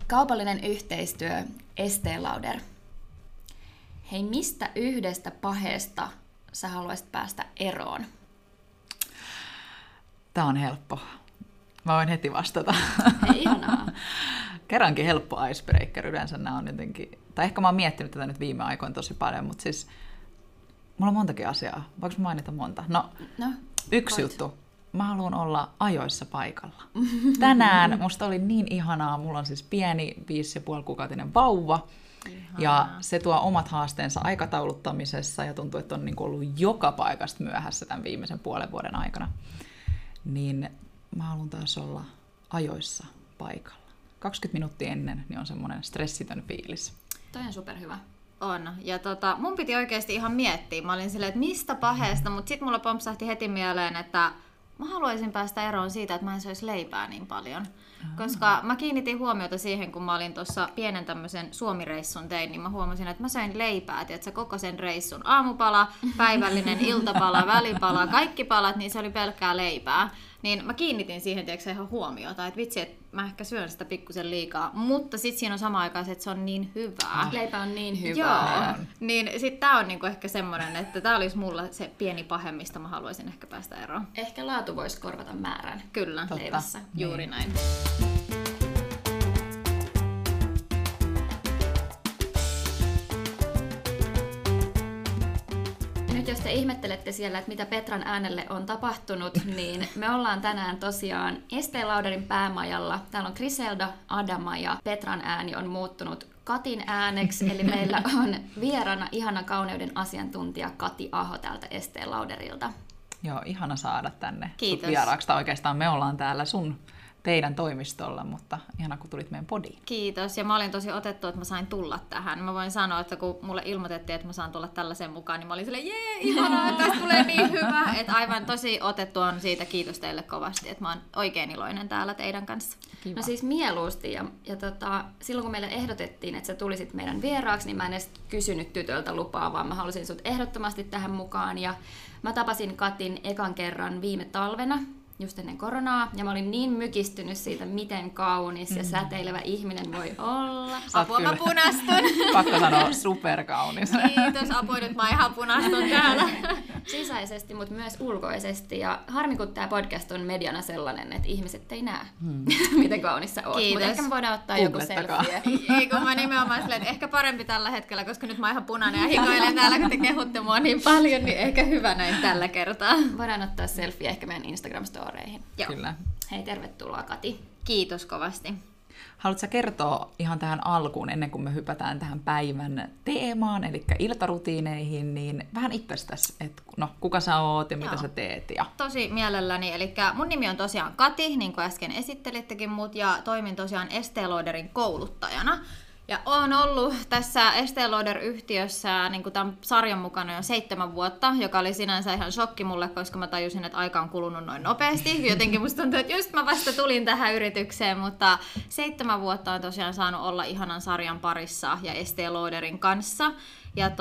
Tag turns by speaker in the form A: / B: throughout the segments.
A: Kaupallinen yhteistyö, Estée Lauder. Hei, mistä yhdestä paheesta sä haluaisit päästä eroon?
B: Tää on helppo. Mä voin heti vastata.
A: Hei, ihanaa.
B: Kerrankin helppo icebreaker. Yleensä nämä on jotenkin... Tai ehkä mä oon miettinyt tätä nyt viime aikoina tosi paljon, mutta siis... Mulla on montakin asiaa. Voinko mä mainita monta? No yksi juttu. Mä haluan olla ajoissa paikalla. Tänään musta oli niin ihanaa. Mulla on siis pieni 5,5-kuukautinen vauva. Ihanaa. Ja se tuo omat haasteensa aikatauluttamisessa ja tuntuu, että on niin ollut joka paikasta myöhässä tämän viimeisen puolen vuoden aikana. Niin mä haluan taas olla ajoissa paikalla. 20 minuuttia ennen niin on semmoinen stressitön fiilis.
A: Toi on superhyvä.
C: On. Ja mun piti oikeasti ihan miettiä. Mä olin silleen, että mistä paheesta, mutta sitten mulla pompsahti heti mieleen, että mä haluaisin päästä eroon siitä, että mä en söisi leipää niin paljon. Koska mä kiinnitin huomiota siihen, kun mä olin tuossa pienen tämmöisen Suomi-reissun tein, niin mä huomasin, että mä söin leipää, tiedätkö, koko sen reissun. Aamupala, päivällinen, iltapala, välipala, kaikki palat, niin se oli pelkkää leipää. Niin mä kiinnitin siihen, tiedätkö, ihan huomiota, että vitsi, että mä ehkä syön sitä pikkusen liikaa, mutta sitten siinä on sama aikaan se, että se on niin hyvää.
A: Leipä on niin hyvää.
C: Joo, niin sitten tää on niinku ehkä semmoinen, että tää olisi mulla se pieni pahe, mistä mä haluaisin ehkä päästä eroon.
A: Ehkä laatu voisi korvata määrän.
C: Kyllä,
A: leivässä.
C: Juuri
B: niin.
C: näin.
A: Nyt jos te ihmettelette siellä, että mitä Petran äänelle on tapahtunut, niin me ollaan tänään tosiaan Estée Lauderin päämajalla. Täällä on Griselda, Adama ja Petran ääni on muuttunut Katin ääneksi. Eli meillä on vieraana ihana kauneuden asiantuntija Kati Aho täältä Estée Lauderilta.
B: Joo, ihana saada tänne
C: Kiitos.
B: sut vieraaksi. Oikeastaan me ollaan täällä teidän toimistolla, mutta ihana kun tulit meidän podiin.
C: Kiitos, ja mä olin tosi otettu, että mä sain tulla tähän. Mä voin sanoa, että kun mulle ilmoitettiin, että mä saan tulla tällaiseen mukaan, niin mä olin silleen, jee, ihanaa, että tästä tulee niin hyvä. Että aivan tosi otettu on siitä, kiitos teille kovasti, että mä oon oikein iloinen täällä teidän kanssa.
A: Kiva. No siis mieluusti, ja silloin kun meille ehdotettiin, että sä tulisit meidän vieraaksi, niin mä en edes kysynyt tytöltä lupaa, vaan mä halusin sut ehdottomasti tähän mukaan, ja mä tapasin Katin ekan kerran viime talvena, just ennen koronaa, ja mä olin niin mykistynyt siitä, miten kaunis ja säteilevä ihminen voi olla.
C: Apua, mä punastun.
B: Pakko sanoa superkaunis.
C: Kiitos, apua, nyt mä ihan punastun täällä.
A: Sisäisesti, mutta myös ulkoisesti, ja harmi kun tää podcast on mediana sellainen, että ihmiset ei näe, miten kaunis sä oot. Mutta ehkä me voidaan ottaa joku selfie.
C: Ei, kun mä nimenomaan silleen, että ehkä parempi tällä hetkellä, koska nyt mä oon ihan punainen ja hikoilen täällä, kun te kehutte mua niin paljon, niin ehkä hyvä näin tällä kertaa.
A: Voidaan ottaa selfie ehkä meidän Instagram-storeihin.
C: Joo.
B: Kyllä.
A: Hei, tervetuloa Kati.
C: Kiitos kovasti.
B: Haluatko kertoa ihan tähän alkuun, ennen kuin me hypätään tähän päivän teemaan, eli iltarutiineihin, niin vähän itsestäsi, että no, kuka sä oot ja mitä sä teet? Ja...
C: Tosi mielelläni, eli mun nimi on tosiaan Kati, niin kuin äsken esittelittekin mut, ja toimin tosiaan Estée Lauderin kouluttajana. Ja olen ollut tässä Estée Lauder-yhtiössä niin kuin tämän sarjan mukana jo 7 vuotta, joka oli sinänsä ihan shokki mulle, koska mä tajusin, että aika on kulunut noin nopeasti. Jotenkin musta tuntuu, että just mä vasta tulin tähän yritykseen, mutta 7 vuotta on tosiaan saanut olla ihanan sarjan parissa ja Estée Lauderin kanssa. Ja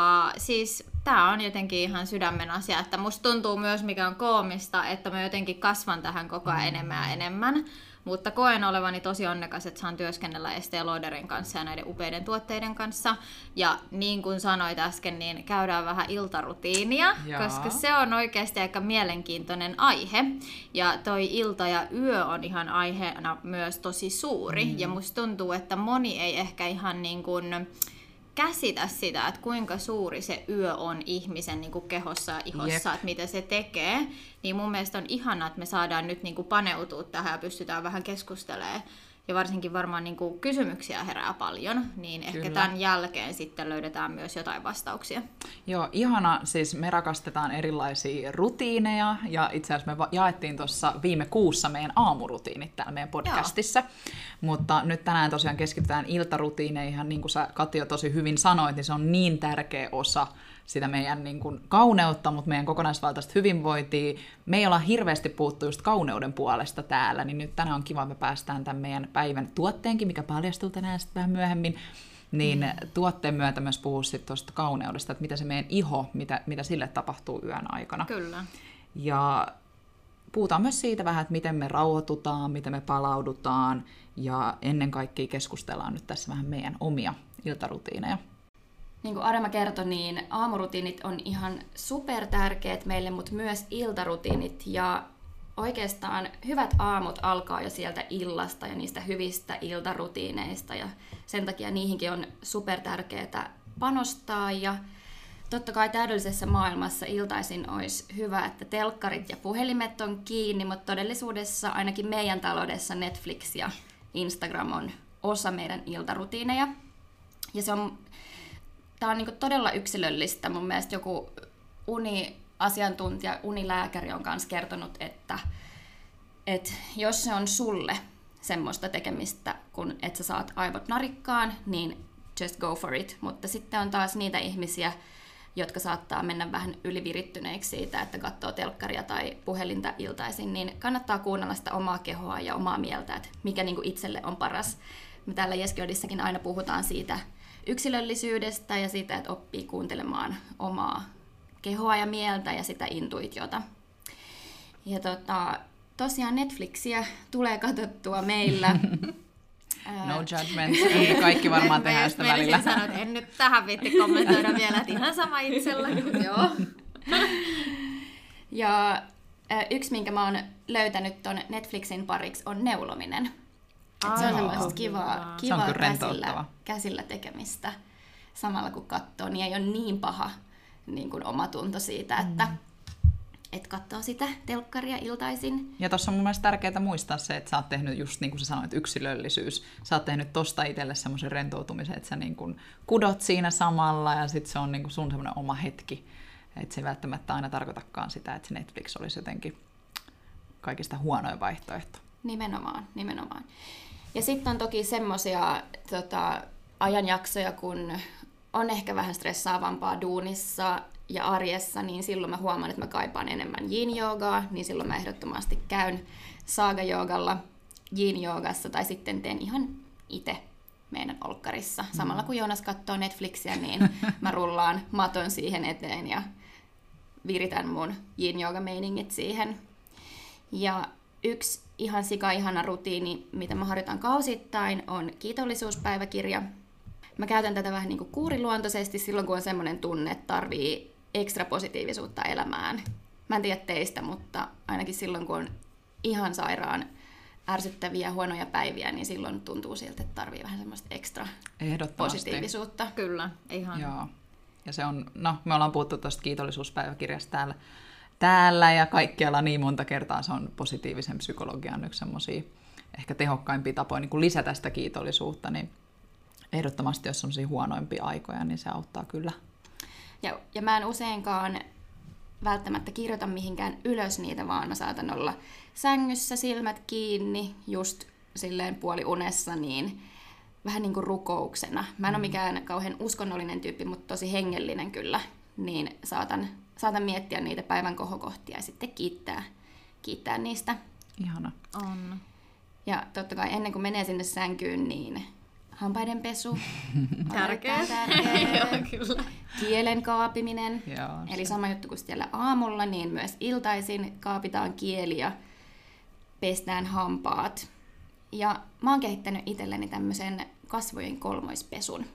C: siis tää on jotenkin ihan sydämen asia, että musta tuntuu myös, mikä on koomista, että mä jotenkin kasvan tähän koko ajan enemmän ja enemmän. Mutta koen olevani tosi onnekas, että saan työskennellä Estée Lauderin kanssa ja näiden upeiden tuotteiden kanssa. Ja niin kuin sanoit äsken, niin käydään vähän iltarutiinia, koska se on oikeasti aika mielenkiintoinen aihe. Ja toi ilta ja yö on ihan aiheena myös tosi suuri. Ja musta tuntuu, että moni ei ehkä ihan niin kuin käsitä sitä, että kuinka suuri se yö on ihmisen niin kuin kehossa ja ihossa, että mitä se tekee. Niin mun mielestä on ihanaa, että me saadaan nyt niin kuin paneutua tähän ja pystytään vähän keskustelemaan. Ja varsinkin varmaan niin kuin kysymyksiä herää paljon, niin ehkä tämän jälkeen sitten löydetään myös jotain vastauksia.
B: Joo, ihana. Siis me rakastetaan erilaisia rutiineja, ja itse asiassa me jaettiin tuossa viime kuussa meidän aamurutiinit täällä meidän podcastissa. Mutta nyt tänään tosiaan keskitytään iltarutiineihin, niin kuin sä Kati jo tosi hyvin sanoit, niin se on niin tärkeä osa sitä meidän niin kuin kauneutta, mutta meidän kokonaisvaltaista hyvinvointia. Me ei olla hirveästi puhuttu just kauneuden puolesta täällä, niin nyt tänään on kiva, että me päästään tämän meidän päivän tuotteenkin, mikä paljastuu tänään sitten vähän myöhemmin, niin tuotteen myötä myös puhua sitten tuosta kauneudesta, että mitä se meidän iho, mitä sille tapahtuu yön aikana.
C: Kyllä.
B: Ja puhutaan myös siitä vähän, että miten me rauhoitutaan, miten me palaudutaan ja ennen kaikkea keskustellaan nyt tässä vähän meidän omia iltarutiineja.
A: Niin kuin Arema kertoi, niin aamurutiinit on ihan super tärkeät meille, mutta myös iltarutiinit. Ja oikeastaan hyvät aamut alkaa jo sieltä illasta ja niistä hyvistä iltarutiineista. Ja sen takia niihinkin on super tärkeää panostaa. Ja totta kai täydellisessä maailmassa iltaisin olisi hyvä, että telkkarit ja puhelimet on kiinni, mutta todellisuudessa ainakin meidän taloudessa Netflix ja Instagram on osa meidän iltarutiineja. Ja tämä on niin todella yksilöllistä. Mun mielestä joku uniasiantuntija, unilääkäri on kanssa kertonut, että jos se on sulle semmoista tekemistä, kun et sä saat aivot narikkaan, niin just go for it. Mutta sitten on taas niitä ihmisiä, jotka saattaa mennä vähän ylivirittyneiksi siitä, että katsoo telkkaria tai puhelinta iltaisin, niin kannattaa kuunnella sitä omaa kehoa ja omaa mieltä, että mikä niin kuin itselle on paras. Me täällä Jeskiodissakin aina puhutaan siitä yksilöllisyydestä ja siitä, että oppii kuuntelemaan omaa kehoa ja mieltä ja sitä intuitiota. Ja tosiaan Netflixiä tulee katsottua meillä.
B: No judgment, ei kaikki varmaan tehdään sitä välillä.
C: Sanoa, että en nyt tähän viitti kommentoida vielä, että ihan sama itsellä. Joo.
A: Ja yksi, minkä mä oon löytänyt ton Netflixin pariksi, on neulominen. Se on semmoista kivaa käsillä tekemistä samalla kun katsoo, niin ei ole niin paha niin kuin omatunto siitä, että katsoo sitä telkkaria iltaisin.
B: Ja tuossa on mun mielestä tärkeää muistaa se, että sä oot tehnyt just niin kuin sä sanoit, yksilöllisyys. Sä oot tehnyt tosta itselle semmoisen rentoutumisen, että sä niin kuin kudot siinä samalla ja sit se on niin kuin sun semmoinen oma hetki. Että se ei välttämättä aina tarkoitakaan sitä, että se Netflix olisi jotenkin kaikista huonoin vaihtoehto.
A: Nimenomaan. Ja sitten on toki semmoisia ajanjaksoja, kun on ehkä vähän stressaavampaa duunissa ja arjessa, niin silloin mä huomaan, että mä kaipaan enemmän yin-joogaa, niin silloin mä ehdottomasti käyn saaga-joogalla, yin-joogassa tai sitten teen ihan itse meidän olkkarissa. Samalla kun Joonas katsoo Netflixiä, niin mä rullaan maton siihen eteen ja viritän mun yin-jooga-meiningit siihen. Ja yksi ihan sika-ihana rutiini, mitä mä harjoitan kausittain, on kiitollisuuspäiväkirja. Mä käytän tätä vähän niin kuin kuuriluontoisesti silloin, kun on semmoinen tunne, että tarvii ekstra positiivisuutta elämään. Mä en tiedä teistä, mutta ainakin silloin, kun on ihan sairaan ärsyttäviä huonoja päiviä, niin silloin tuntuu siltä, että tarvii vähän semmoista ekstra positiivisuutta.
C: Kyllä, ihan.
B: Joo. Ja se on, me ollaan puhuttu tuosta kiitollisuuspäiväkirjasta täällä ja kaikkialla niin monta kertaa. Se on positiivisen psykologian yksi semmoisia ehkä tehokkaimpia tapoja niin kuin lisätä sitä kiitollisuutta, niin ehdottomasti, jos on semmoisia huonoimpia aikoja, niin se auttaa kyllä.
A: Ja mä en useinkaan välttämättä kirjoita mihinkään ylös niitä, vaan mä saatan olla sängyssä, silmät kiinni, just silleen puoliunessa, niin vähän niin kuin rukouksena. Mä en ole mikään kauhean uskonnollinen tyyppi, mutta tosi hengellinen kyllä, niin saatan miettiä niitä päivän kohokohtia ja sitten kiittää niistä.
B: Ihana.
C: On.
A: Ja totta kai ennen kuin menee sinne sänkyyn, niin hampaiden pesu.
C: Tärkeä.
A: Joo, kyllä. Kielen kaapiminen.
B: Joo,
A: eli sama juttu kuin siellä aamulla, niin myös iltaisin kaapitaan kieli ja pestään hampaat. Ja mä oon kehittänyt itselleni tämmöisen kasvojen kolmoispesun.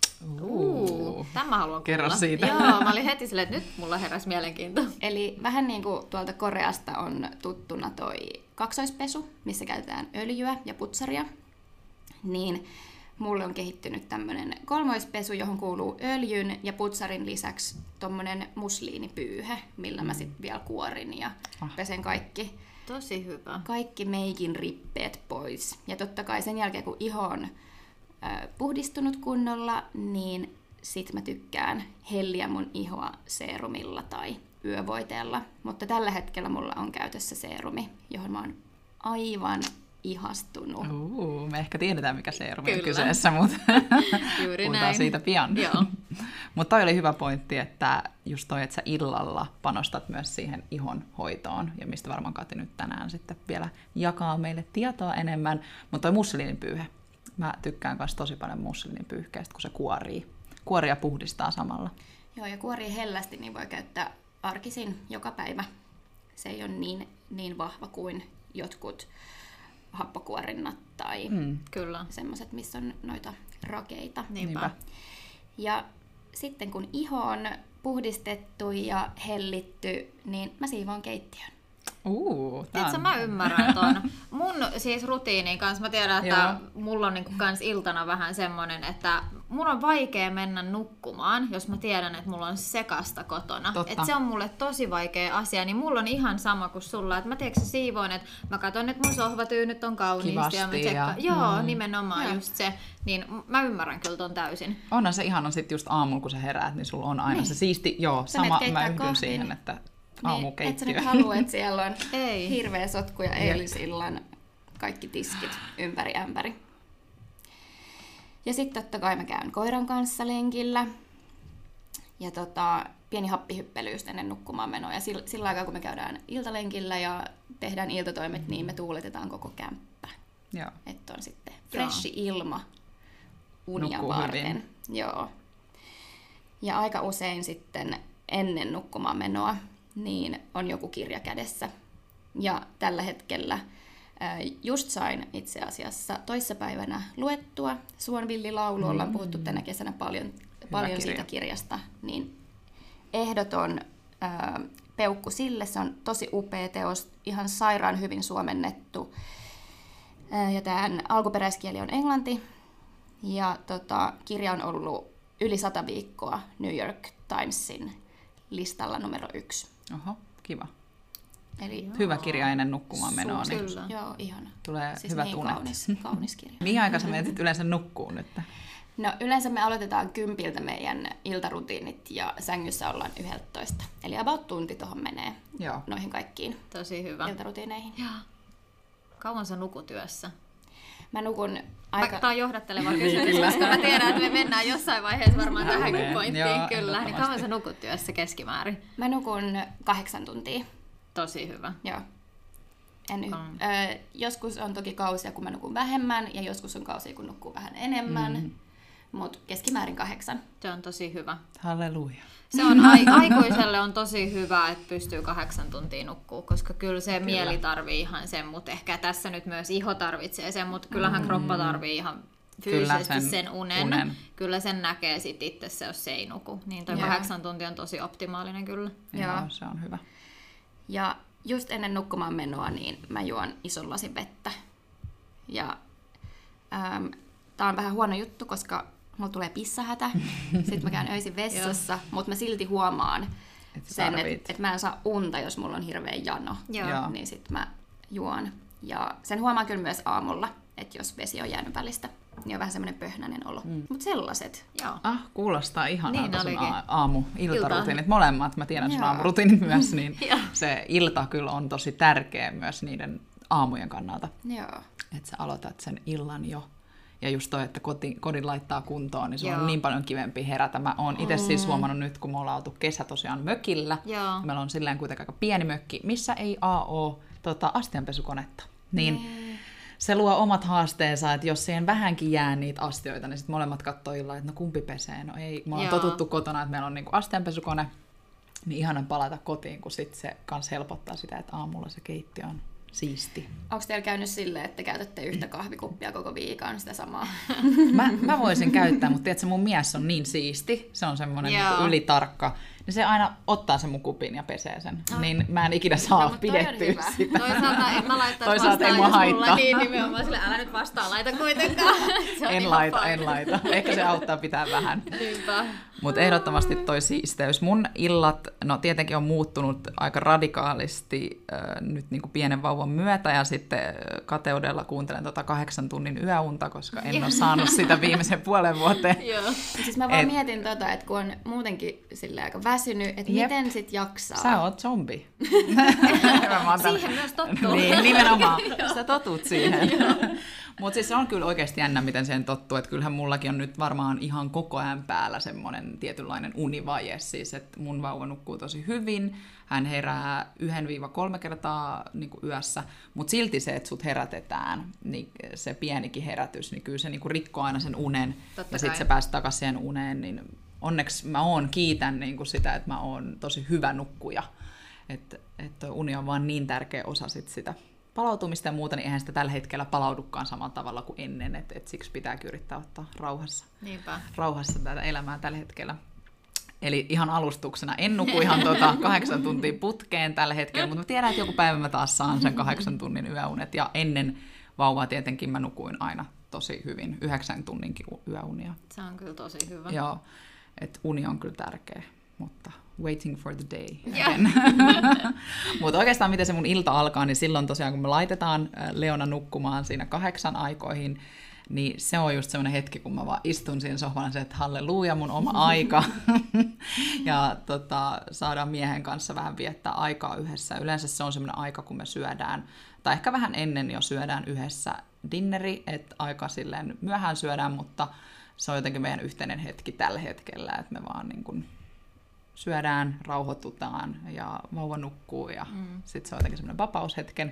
C: Tämä haluan
B: Kerro
C: kuulla.
B: siitä.
C: Joo, mä olin heti silleen, että nyt mulla heräsi mielenkiinto.
A: Eli vähän niin kuin tuolta Koreasta on tuttuna toi kaksoispesu, missä käytetään öljyä ja putsaria. Niin mulle on kehittynyt tämmönen kolmoispesu, johon kuuluu öljyn ja putsarin lisäksi tommonen musliinipyyhe, millä mä sit vielä kuorin ja pesen
C: Tosi hyvä.
A: Kaikki meikin rippeet pois. Ja totta kai sen jälkeen, kun iho on puhdistunut kunnolla, niin sit mä tykkään helliä mun ihoa seerumilla tai yövoiteella. Mutta tällä hetkellä mulla on käytössä seerumi, johon mä oon aivan ihastunut.
B: Me ehkä tiedetään, mikä seerumi on kyseessä, mutta puhutaan siitä pian. Mutta toi oli hyvä pointti, että just toi, että sä illalla panostat myös siihen ihon hoitoon, ja mistä varmaan Kati nyt tänään sitten vielä jakaa meille tietoa enemmän. Mutta toi musliinipyyhe, mä tykkään myös tosi paljon musliinipyyhkeestä, kun se kuorii ja puhdistaa samalla.
A: Joo, ja kuorii hellästi, niin voi käyttää arkisin joka päivä se ei ole niin vahva kuin jotkut happokuorinnat tai
C: Kyllä.
A: semmoiset, missä on noita rakeita.
C: Niinpä.
A: Ja sitten kun iho on puhdistettu ja hellitty, niin mä siivoon keittiön.
C: Tiedätkö, mä ymmärrän ton. Mun siis rutiinin kanssa, mä tiedän, että mulla on niinku kans iltana vähän semmonen, että mun on vaikea mennä nukkumaan, jos mä tiedän, että mulla on sekasta kotona. Että se on mulle tosi vaikea asia, niin mulla on ihan sama kuin sulla, että mä siivoin, että mä katson, että mun sohvatyynyt on kauniisti.
B: Kivasti
C: Joo, nimenomaan just se. Niin mä ymmärrän kyllä ton täysin.
B: Onhan se ihana sit just aamulla, kun sä heräät, niin sulla on aina se siisti, sama mä yhdyn siihen, että aamukeittiö.
A: Et sä nyt halua, että siellä on hirveä sotku ja eilisillan kaikki tiskit ympäri ämpäri. Ja sitten totta kai mä käyn koiran kanssa lenkillä. Ja pieni happihyppely ennen nukkumaan menoa. Ja sillä aikaa, kun me käydään iltalenkillä ja tehdään iltatoimet, niin me tuuletetaan koko kämppä. Että on sitten freshi ilma unia varten. Joo. Ja aika usein sitten ennen nukkumaan menoa niin on joku kirja kädessä. Ja tällä hetkellä just sain itse asiassa toissapäivänä luettua Suonvillilaulu. Ollaan puhuttu tänä kesänä paljon siitä kirjasta. Niin ehdoton peukku sille. Se on tosi upea teos, ihan sairaan hyvin suomennettu. Ja tämän alkuperäiskieli on englanti. Ja kirja on ollut yli 100 viikkoa New York Timesin listalla numero 1.
B: Oho, kiva.
A: Eli
B: hyvä kirja ennen nukkumaan menoa. Niin
A: joo, ihana.
B: Tulee
A: siis
B: hyvät
A: niin
B: unet.
A: Kaunis kirja.
B: Mihin aikaan sä menet yleensä nukkuun nyt?
A: No yleensä me aloitetaan 10 meidän iltarutiinit ja sängyssä ollaan 11. Eli about tunti tuohon menee noihin kaikkiin
C: tosi hyvä
A: iltarutiineihin.
C: Joo. Kauan sä nukut yössä?
A: Mä nukun aika...
C: Tämä on johdatteleva kysymys, koska mä tiedän, että me mennään jossain vaiheessa varmaan tähänkin pointtiin. Kyllä. Niin kauan sä nukut työssä keskimäärin?
A: Mä nukun 8 tuntia.
C: Tosi hyvä.
A: Joo. Joskus on toki kausia, kun mä nukun vähemmän, ja joskus on kausia, kun nukkuu vähän enemmän. Mutta keskimäärin 8.
C: Se on tosi hyvä.
B: Halleluja.
C: Se on aikuiselle on tosi hyvä, että pystyy 8 tuntia nukkuu, koska kyllä se mieli tarvii ihan sen, mutta ehkä tässä nyt myös iho tarvitsee sen, mutta kyllähän kroppa tarvii ihan fyysisesti sen unen. Kyllä sen näkee sit itse, jos se ei nuku. Niin toi 8 tuntia on tosi optimaalinen kyllä.
B: Joo, se on hyvä.
A: Ja just ennen nukkumaan menoa, niin mä juon ison lasin vettä. Ja tää on vähän huono juttu, koska mulla tulee pissahätä. Sitten mä käyn öisin vessassa, mutta mä silti huomaan sen, että mä en saa unta, jos mulla on hirveä jano. Niin sit mä juon. Ja sen huomaa kyllä myös aamulla, että jos vesi on jäänyt välistä, niin on vähän semmoinen pöhnäinen olo. Mutta sellaiset.
B: Kuulostaa ihanalta sun aamu-iltarutiinit. Molemmat, mä tiedän sun aamurutiinit myös, niin se ilta kyllä on tosi tärkeä myös niiden aamujen kannalta. Että sä aloitat sen illan jo. Ja just toi, että kodin laittaa kuntoon, niin se on niin paljon kivempi herätä. Mä oon itse siis huomannut nyt, kun me ollaan oltu kesä tosiaan mökillä. Meillä on silleen kuitenkin aika pieni mökki, missä ei ole astianpesukonetta. Niin se luo omat haasteensa, että jos siihen vähänkin jää niitä astioita, niin sitten molemmat katsoo illalla, että no kumpi pesee. No ei, me ollaan totuttu kotona, että meillä on niinku astianpesukone. Niin ihana palata kotiin, kun sit se kans helpottaa sitä, että aamulla se keittiö on siisti.
A: Onko teillä käynyt silleen, että käytätte yhtä kahvikuppia koko viikon sitä samaa?
B: Mä voisin käyttää, mutta tiedätkö, mun mies on niin siisti, se on semmoinen niin ylitarkka, niin se aina ottaa sen mun kupin ja pesee sen. Niin mä en ikinä saa pidettyä sitä.
C: Toisaalta en mä laittaa
B: vastaan, ei mua haittaa.
C: Mulla niin nimenomaan sille, älä nyt vastaan laita kuitenkaan.
B: En laita. Ehkä se auttaa pitää vähän.
C: Niinpä.
B: Mutta ehdottomasti toi siisteys. Mun illat, no tietenkin on muuttunut aika radikaalisti nyt niinku pienen vauvan myötä ja sitten kateudella kuuntelen 8 tunnin yöunta, koska en ole saanut sitä viimeisen puolen vuoteen.
A: Siis mä vaan mietin että kun on muutenkin sille aika väsynyt, että miten sit jaksaa.
B: Sä oot zombi.
C: Siihen myös tottuu.
B: Niin, nimenomaan. Sä totut siihen. Mutta siis se on kyllä oikeasti jännä, miten siihen tottuu. Että kyllähän mullakin on nyt varmaan ihan koko ajan päällä semmoinen tietynlainen univaje. Siis, että mun vauva nukkuu tosi hyvin. Hän herää 1-3 kertaa niin kuin yössä. Mutta silti se, että sut herätetään, niin se pienikin herätys, niin kyllä se niin kuin rikkoo aina sen unen. Ja sitten sä pääset takaisin siihen uneen. Niin onneksi kiitän niin kuin sitä, että mä oon tosi hyvä nukkuja. Että uni on vaan niin tärkeä osa sitä palautumista ja muuta, niin eihän sitä tällä hetkellä palaudukaan samalla tavalla kuin ennen, että siksi pitääkin yrittää ottaa rauhassa tätä elämää tällä hetkellä. Eli ihan alustuksena, en nuku ihan 8 tuntia putkeen tällä hetkellä, mutta mä tiedän, että joku päivä mä taas saan sen 8 tunnin yöunet, ja ennen vauvaa tietenkin mä nukuin aina tosi hyvin, 9 tunninkin yöunia.
C: Se on kyllä tosi hyvä.
B: Joo, että uni on kyllä tärkeä, mutta waiting for the day.
C: Yeah.
B: Mutta oikeastaan miten se mun ilta alkaa, niin silloin tosiaan kun me laitetaan Leona nukkumaan siinä 8 aikoihin, niin se on just semmoinen hetki, kun mä vaan istun siinä sohvalla, että halleluja, mun oma aika. Ja saadaan miehen kanssa vähän viettää aikaa yhdessä. Yleensä se on semmoinen aika, kun me syödään, tai ehkä vähän ennen jo syödään yhdessä dinneri, että aika silleen myöhään syödään, mutta se on jotenkin meidän yhteinen hetki tällä hetkellä, että me vaan niin kuin syödään, rauhoitutaan ja vauva nukkuu ja sitten se on jotenkin semmoinen vapaushetken.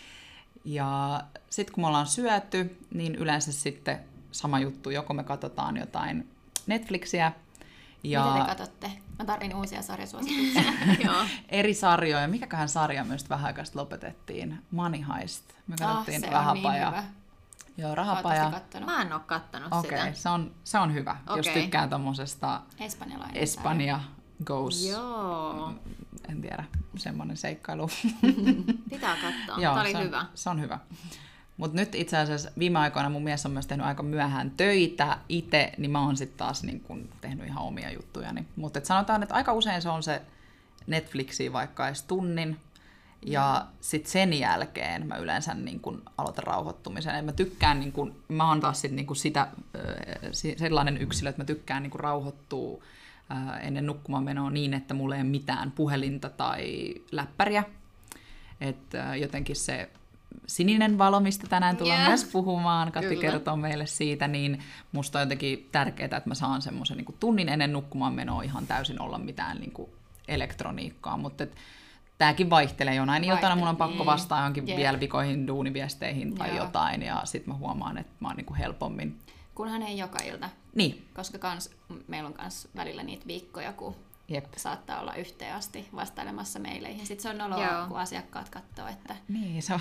B: Ja sitten kun me ollaan syöty, niin yleensä sitten sama juttu, joko me katsotaan jotain Netflixiä. Ja
A: mitä te katsotte? Mä tarvin uusia sarjasuosituksia.
B: eri sarjoja. Mikäköhän sarja myös vähän aikaa lopetettiin? Money Heist. Me katsottiin
A: se
B: Rahapaja.
A: on niin hyvä.
B: Joo, Rahapaja.
C: Mä en oo kattonut
B: sitä. Okei, se on hyvä. Okay. Jos tykkää tommosesta Espanja Goes.
C: Joo.
B: En tiedä, semmoinen seikkailu.
C: Pitää katsoa.
B: Joo,
C: tämä oli hyvä.
B: Se on hyvä. Mutta nyt itse asiassa viime aikoina mun mies on myös tehnyt aika myöhään töitä itse, niin mä oon sitten taas niin kun tehnyt ihan omia juttujani. Mutta sanotaan, että aika usein se on se Netflixi vaikka edes tunnin, ja sitten sen jälkeen mä yleensä niin kun aloitan rauhoittumisen. Et mä tykkään, niin kun, mä oon taas sit niin kun sellainen yksilö, että mä tykkään niin kun rauhoittua ennen nukkumaan menoa niin, että mulla ei ole mitään puhelinta tai läppäriä. Että jotenkin se sininen valo, mistä tänään tullaan myös puhumaan, Kati kertoo meille siitä, niin musta on jotenkin tärkeää, että mä saan semmoisen niin kuin tunnin ennen nukkumaan menoa ihan täysin olla mitään niin kuin elektroniikkaa, mutta tämäkin vaihtelee jonain iltana, mun on pakko vastaa johonkin vielä vikoihin, duuniviesteihin tai jotain, ja sitten mä huomaan, että mä oon niin kuin helpommin.
A: Kunhan ei joka ilta.
B: Niin.
A: Koska meillä on myös välillä niitä viikkoja, kun saattaa olla yhteen asti vastailemassa meileihin. Sitten se on noloa, kun asiakkaat katsoo, että
B: niin, se on.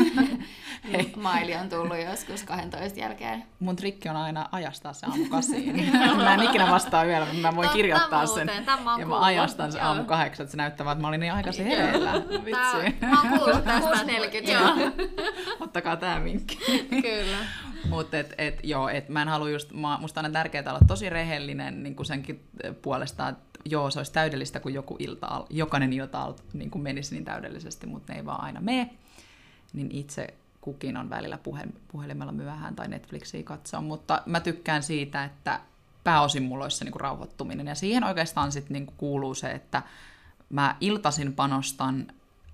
A: maili on tullut joskus 12 jälkeen.
B: Mun trikki on aina ajastaa se aamu 8. Mä en ikinä vastaa vielä, mutta mä voin kirjoittaa sen. Ja mä ajastan sen aamu 8, että se näyttää, että mä olin niin aikaisin hereillä. Vitsi.
C: Mä oon kuullut tästä
A: 6.40.
B: Ottakaa tää vinkki.
C: Kyllä.
B: Mutta mä en halua just, musta on tärkeää olla tosi rehellinen niin kuin senkin puolesta, että joo, se olisi täydellistä, kun jokainen ilta niin kuin menisi niin täydellisesti, mutta ne ei vaan aina mene. Niin itse kukin on välillä puhelimella myöhään tai Netflixiä katsoa, mutta mä tykkään siitä, että pääosin mulla olisi se niin kuin rauhoittuminen. Ja siihen oikeastaan sitten niin kuin kuuluu se, että mä iltaisin panostan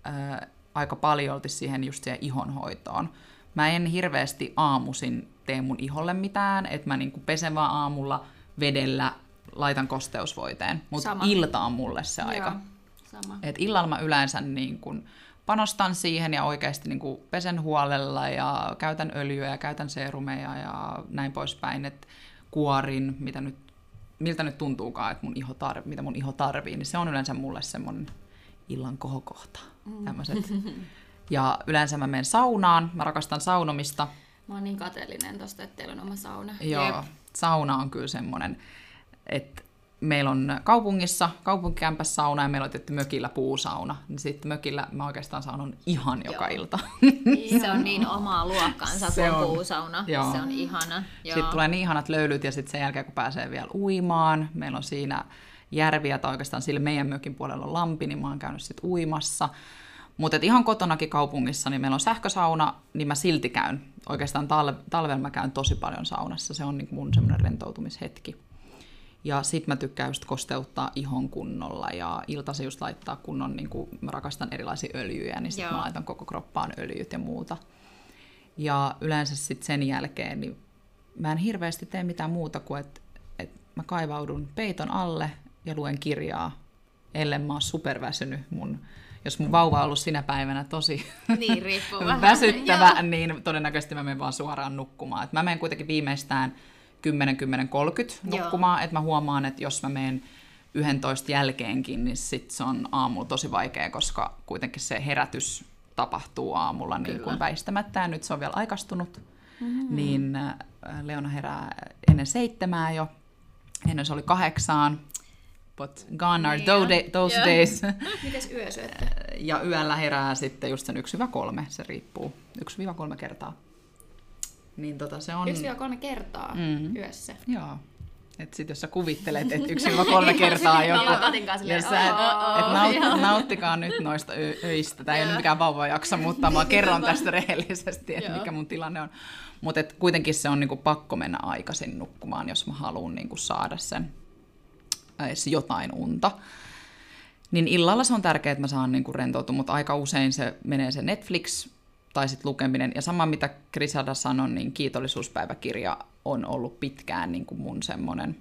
B: aika paljolti siihen just siihen ihonhoitoon. Mä en hirveästi aamuisin tee mun iholle mitään, että mä niinku pesen vaan aamulla vedellä, laitan kosteusvoiteen, mutta ilta on mulle se aika. Et illalla mä yleensä niinku panostan siihen ja oikeasti niinku pesen huolella ja käytän öljyä ja käytän serumeja ja näin poispäin, että kuorin, miltä nyt tuntuukaan, että mitä mun iho tarvii, niin se on yleensä mulle semmoinen illan kohokohta. Tämmöiset. Ja yleensä mä menen saunaan, mä rakastan saunomista.
A: Mä oon niin kateellinen tosta, että teillä on oma sauna.
B: Joo, sauna on kyllä semmoinen, että meillä on kaupunkikämpässä sauna ja meillä on tietty mökillä puusauna. Niin sitten mökillä mä oikeastaan saunon ihan joka ilta.
C: Se on niin omaa luokkansa tuo puusauna.
B: Joo.
C: Se on ihana.
B: Sitten tulee niin ihanat löylyt ja sitten sen jälkeen kun pääsee vielä uimaan, meillä on siinä järviä tai oikeastaan sillä meidän mökin puolella on lampi, niin mä oon käynyt sitten uimassa. Mutta ihan kotonakin kaupungissa, niin meillä on sähkösauna, niin mä silti käyn. Oikeastaan talvella mä käyn tosi paljon saunassa. Se on niin mun semmoinen rentoutumishetki. Ja sit mä tykkään just kosteuttaa ihon kunnolla ja iltaisin just laittaa kunnon, niin kuin mä rakastan erilaisia öljyjä, niin sit mä laitan koko kroppaan öljyt ja muuta. Ja yleensä sit sen jälkeen, niin mä en hirveästi tee mitään muuta kuin, että mä kaivaudun peiton alle ja luen kirjaa, ellen mä oon superväsynyt jos mun vauva on ollut sinä päivänä tosi
C: niin,
B: väsyttävä, niin todennäköisesti mä menen vaan suoraan nukkumaan. Et mä menen kuitenkin viimeistään 10-10-30 nukkumaan, että mä huomaan, että jos mä menen 11 jälkeenkin, niin sit se on aamulla tosi vaikea, koska kuitenkin se herätys tapahtuu aamulla niin kuin väistämättä, ja nyt se on vielä aikaistunut, niin Leona herää ennen 7 jo, ennen se oli 8, but gone are those days.
A: Mites yösyöttö?
B: Ja yöllä herää sitten just sen 1-3, se riippuu, 1-3 kertaa. Niin se on...
A: 1-3 kertaa yössä?
B: Joo. Että sit jos sä kuvittelet, että 1-3 kertaa joku, jos sä nauttikaa nyt noista öistä. Tämä ei ole mikään vauvajakso, mutta mä kerron tästä rehellisesti, että mikä mun tilanne on. Mutta kuitenkin se on niinku pakko mennä aikaisin nukkumaan, jos mä haluan niinku saada sen jotain unta. Niin illalla se on tärkeää, että mä saan niinku rentoutua, mutta aika usein se menee se Netflix tai sitten lukeminen. Ja sama mitä Griselda sanoi, niin kiitollisuuspäiväkirja on ollut pitkään niin kuin mun semmoinen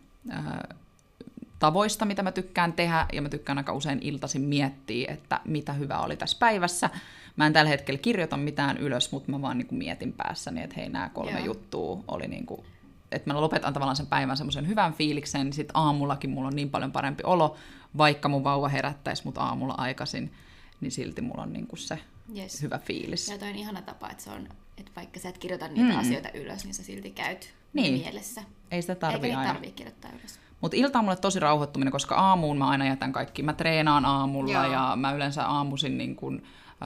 B: tavoista, mitä mä tykkään tehdä, ja mä tykkään aika usein iltaisin miettiä, että mitä hyvää oli tässä päivässä. Mä en tällä hetkellä kirjoita mitään ylös, mutta mä vaan niin kuin mietin päässäni, että hei, nämä 3 juttua oli niin kuin, että mä lopetan tavallaan sen päivän semmoisen hyvän fiiliksen, niin sitten aamullakin mulla on niin paljon parempi olo, vaikka mun vauva herättäisi mut aamulla aikaisin, niin silti mulla on niin kuin se hyvä fiilis.
A: Ja toi on ihana tapa, että se on, että vaikka sä et kirjoita niitä asioita ylös, niin sä silti käyt mielessä.
B: Ei sitä tarvitse aina.
A: Kirjoittaa ylös.
B: Mutta ilta on mulle tosi rauhoittuminen, koska aamuun mä aina jätän kaikki. Mä treenaan aamulla ja mä yleensä aamuisin niin kun,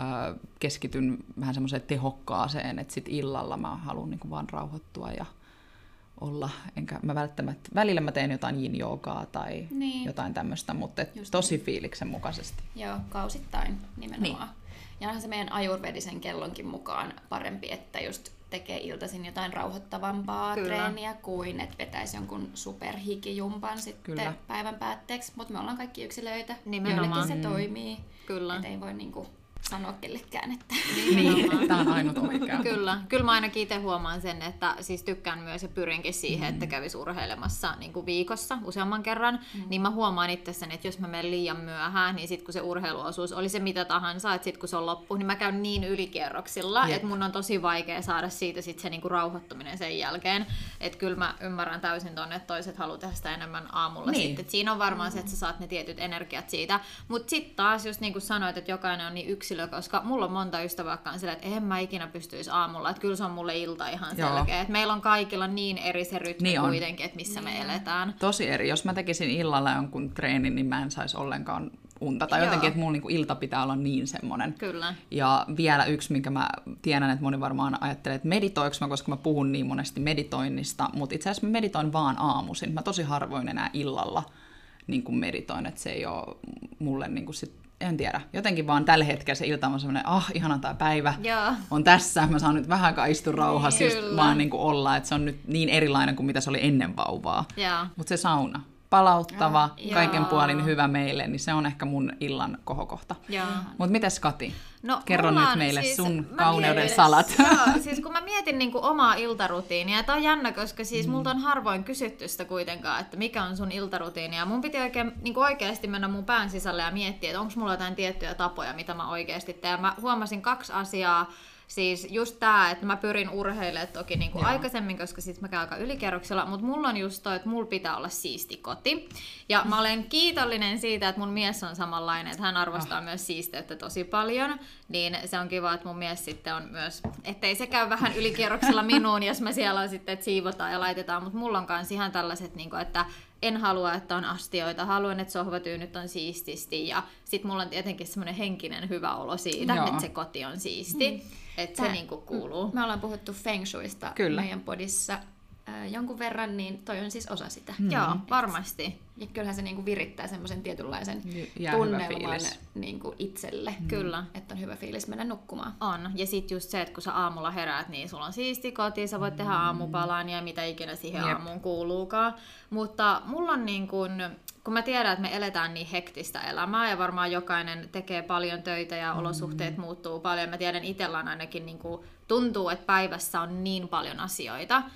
B: keskityn vähän semmoiseen tehokkaaseen, että sit illalla mä haluan niin kun vaan rauhoittua ja olla. Enkä mä välillä mä teen jotain yin-joogaa tai jotain tämmöistä, mutta tosi fiiliksen mukaisesti.
A: Joo, kausittain nimenomaan. Niin. Ja onhan se meidän ajurvedisen kellonkin mukaan parempi, että just tekee iltaisin jotain rauhoittavampaa treeniä kuin että vetäisi jonkun superhikijumpan sitten päivän päätteeksi. Mutta me ollaan kaikki yksilöitä, joillekin se toimii. Kyllä. Et ei voi niinku sanoa kellekään, että...
B: Niin, tämä on ainut oikea.
C: Kyllä mä ainakin itse huomaan sen, että siis tykkään myös ja pyrinkin siihen, että kävisi urheilemassa niin kuin viikossa useamman kerran, niin mä huomaan itse sen, että jos mä menen liian myöhään, niin sit kun se urheiluosuus oli se mitä tahansa, että sit kun se on loppu, niin mä käyn niin ylikierroksilla, että mun on tosi vaikea saada siitä sit se niin kuin rauhoittuminen sen jälkeen. Että kyllä mä ymmärrän täysin tonne, että toiset haluaa tehdä sitä enemmän aamulla sitten. Et siinä on varmaan se, että sä saat ne tietyt energiat siitä. Mutta sitten taas just niin kuin sanoit, että jokainen on niin yksilö, koska mulla on monta ystävää, jotka on silleen, että en mä ikinä pystyisi aamulla, että kyllä se on mulle ilta ihan selkeä. Että meillä on kaikilla niin eri se rytmi niin kuitenkin, että missä me eletään.
B: Tosi eri. Jos mä tekisin illalla jonkun treenin, niin mä en saisi ollenkaan unta. Tai jotenkin, että mulla niinku ilta pitää olla niin semmoinen.
C: Kyllä.
B: Ja vielä yksi, minkä mä tiedän, että moni varmaan ajattelee, että meditoinko mä, koska mä puhun niin monesti meditoinnista, mutta itse asiassa mä meditoin vaan aamuisin. Mä tosi harvoin enää illalla niin kuin meditoin, että se ei ole mulle niin kuin sit, en tiedä, jotenkin vaan tällä hetkellä se ilta on semmoinen, ihana tämä päivä on tässä, mä saan nyt vähän aikaa istua rauhassa just vaan niin kuin olla, että se on nyt niin erilainen kuin mitä se oli ennen vauvaa. Mutta se sauna, palauttava, kaiken puolin hyvä meille, niin se on ehkä mun illan kohokohta. Mutta mites Kati?
C: No,
B: kerro nyt meille siis, sun kauneuden salat.
C: Siis kun mä mietin niin kuin omaa iltarutiinia, ja tää on jännä, koska siis multa on harvoin kysytty sitä kuitenkaan, että mikä on sun iltarutiini. Ja mun piti oikeasti mennä mun pään sisälle ja miettiä, että onko mulla jotain tiettyjä tapoja, mitä mä oikeasti teen. Mä huomasin 2 asiaa. Siis just tää, että mä pyrin urheilemaan toki niin kuin aikaisemmin, koska sit mä käyn aika ylikerroksella, mutta mulla on just toi, että mulla pitää olla siisti koti. Ja mä olen kiitollinen siitä, että mun mies on samanlainen, että hän arvostaa myös siisteyttä tosi paljon. Niin se on kiva, että mun mies sitten on myös, ettei se käy vähän ylikierroksella minuun, jos mä siellä on sitten, että siivotaan ja laitetaan. Mutta mulla on kans ihan tällaiset, niin kuin, että en halua, että on astioita, haluan, että sohvatyynyt on siististi. Ja sit mulla on tietenkin semmoinen henkinen hyvä olo siitä, että se koti on siisti. Että se niinku kuuluu.
A: Me ollaan puhuttu feng shuista meidän podissa jonkun verran, niin toi on siis osa sitä.
C: Joo, varmasti.
A: Ja kyllähän se niinku virittää semmoisen tietynlaisen tunnelman niinku itselle.
C: Kyllä.
A: Että on hyvä fiilis mennä nukkumaan.
C: On. Ja sit just se, että kun sä aamulla heräät, niin sulla on siisti koti, sä voit tehdä aamupalan ja mitä ikinä siihen aamuun kuuluukaan. Mutta mulla on niin kun mä tiedän, että me eletään niin hektistä elämää ja varmaan jokainen tekee paljon töitä ja olosuhteet muuttuu paljon. Mä tiedän itsellään ainakin niin kuin tuntuu, että päivässä on niin paljon asioita.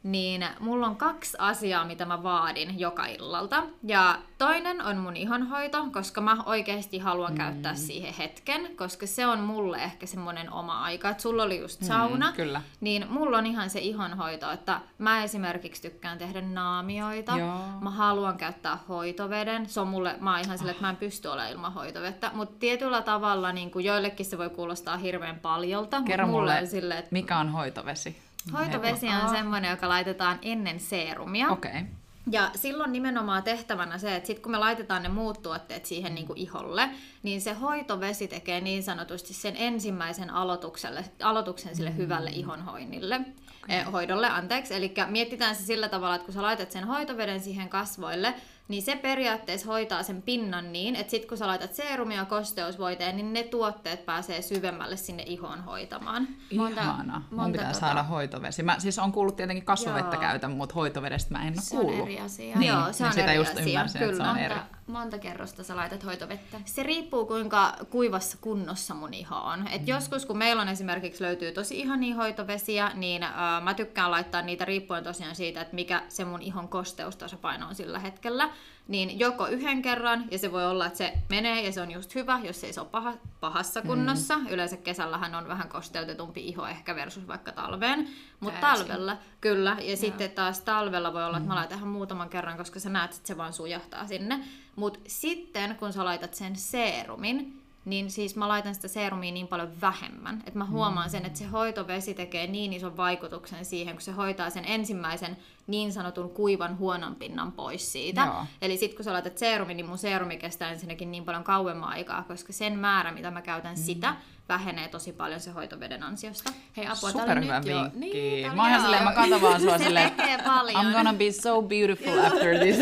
C: niin mulla on 2 asiaa, mitä mä vaadin joka illalta. Ja toinen on mun ihonhoito, koska mä oikeasti haluan käyttää siihen hetken, koska se on mulle ehkä semmoinen oma aika. Että sulla oli just sauna,
B: kyllä.
C: Niin mulla on ihan se ihonhoito, että mä esimerkiksi tykkään tehdä naamioita. Joo. Mä haluan käyttää hoitoveden. Se on mulle, mä oon ihan silleen, että mä en pysty olemaan ilman hoitovettä. Mutta tietyllä tavalla niin kuin joillekin se voi kuulostaa hirveän paljolta.
B: Kerro mulle,
C: silleen, että
B: mikä on hoitovesi?
C: Hoitovesi on semmoinen, joka laitetaan ennen seerumia.
B: Okei. Okay.
C: Ja silloin nimenomaan tehtävänä se, että sit kun me laitetaan ne muut tuotteet siihen niin kuin iholle, niin se hoitovesi tekee niin sanotusti sen ensimmäisen aloituksen sille hyvälle ihonhoinnille. Hoidolle, anteeksi. Eli mietitään se sillä tavalla, että kun sä laitat sen hoitoveden siihen kasvoille, niin se periaatteessa hoitaa sen pinnan niin, että sit kun sä laitat seerumia ja kosteusvoiteen, niin ne tuotteet pääsee syvemmälle sinne ihoon hoitamaan.
B: Ihana. Mun pitää saada hoitovesi. Mä siis on kuullut tietenkin kasvovettä käytän, mutta hoitovedestä mä en ole kuullut.
A: Se on eri asia.
B: Niin,
C: joo, se on
B: sitä
C: eri
B: just
C: asia.
B: ymmärsin,
C: Kyllä.
B: että se on eri.
A: Monta kerrosta sä laitat hoitovettä?
C: Se riippuu kuinka kuivassa kunnossa mun iho on. Et joskus kun meillä on esimerkiksi löytyy tosi ihania hoitovesiä, niin mä tykkään laittaa niitä riippuen tosiaan siitä, että mikä se mun ihon kosteustasapaino on sillä hetkellä. Niin joko 1 kerran, ja se voi olla, että se menee ja se on just hyvä, jos ei se ole pahassa kunnossa. Yleensä kesällähän on vähän kosteutetumpi iho ehkä versus vaikka talveen. Mutta talvella, kyllä. Ja sitten taas talvella voi olla, että mä laitan ihan muutaman kerran, koska sä näet, että se vaan sujahtaa sinne. Mutta sitten, kun sä laitat sen seerumin, niin siis mä laitan sitä seerumia niin paljon vähemmän, että mä huomaan sen, että se hoitovesi tekee niin ison vaikutuksen siihen, kun se hoitaa sen ensimmäisen niin sanotun kuivan huonon pinnan pois siitä. Joo. Eli sit kun sä laitat seerumin, niin mun seerumi kestää ensinnäkin niin paljon kauemman aikaa, koska sen määrä, mitä mä käytän sitä, vähenee tosi paljon se hoitoveden ansiosta.
A: Hei apua,
B: superhyvä
A: nyt jo.
B: vinkki.
A: Niin,
B: mä oon ihan silleen, mä katon vaan sua silleen, I'm gonna be so beautiful after this.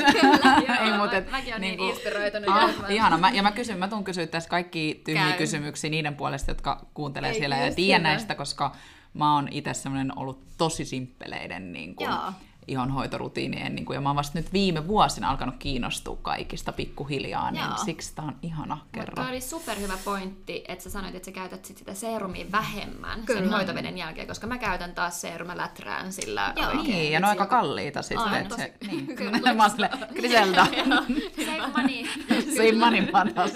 A: Mäkin oon niin inspiroitunut.
B: Ihana, mä tuun kysyä tässä kaikki tyhjiä kysymyksiä niiden puolesta, jotka kuuntelee siellä ja tiedän näistä, koska mä oon itse semmoinen ollut tosi simppeleiden niin kuin, ihonhoitorutiinien, niin kuin, ja mä oon vasta nyt viime vuosina alkanut kiinnostua kaikista pikkuhiljaa, niin siksi tää on ihana kerran.
A: Mutta oli superhyvä pointti, että sä sanoit, että sä käytät sitä seerumia vähemmän sen hoitoveden jälkeen, koska mä käytän taas seerumia läträän sillä oikein.
B: Niin, ja ne on aika kalliita sitten. Niin. Kyllä. Mä oon silleen, Griselda.
A: Save money.
B: Save money, panas.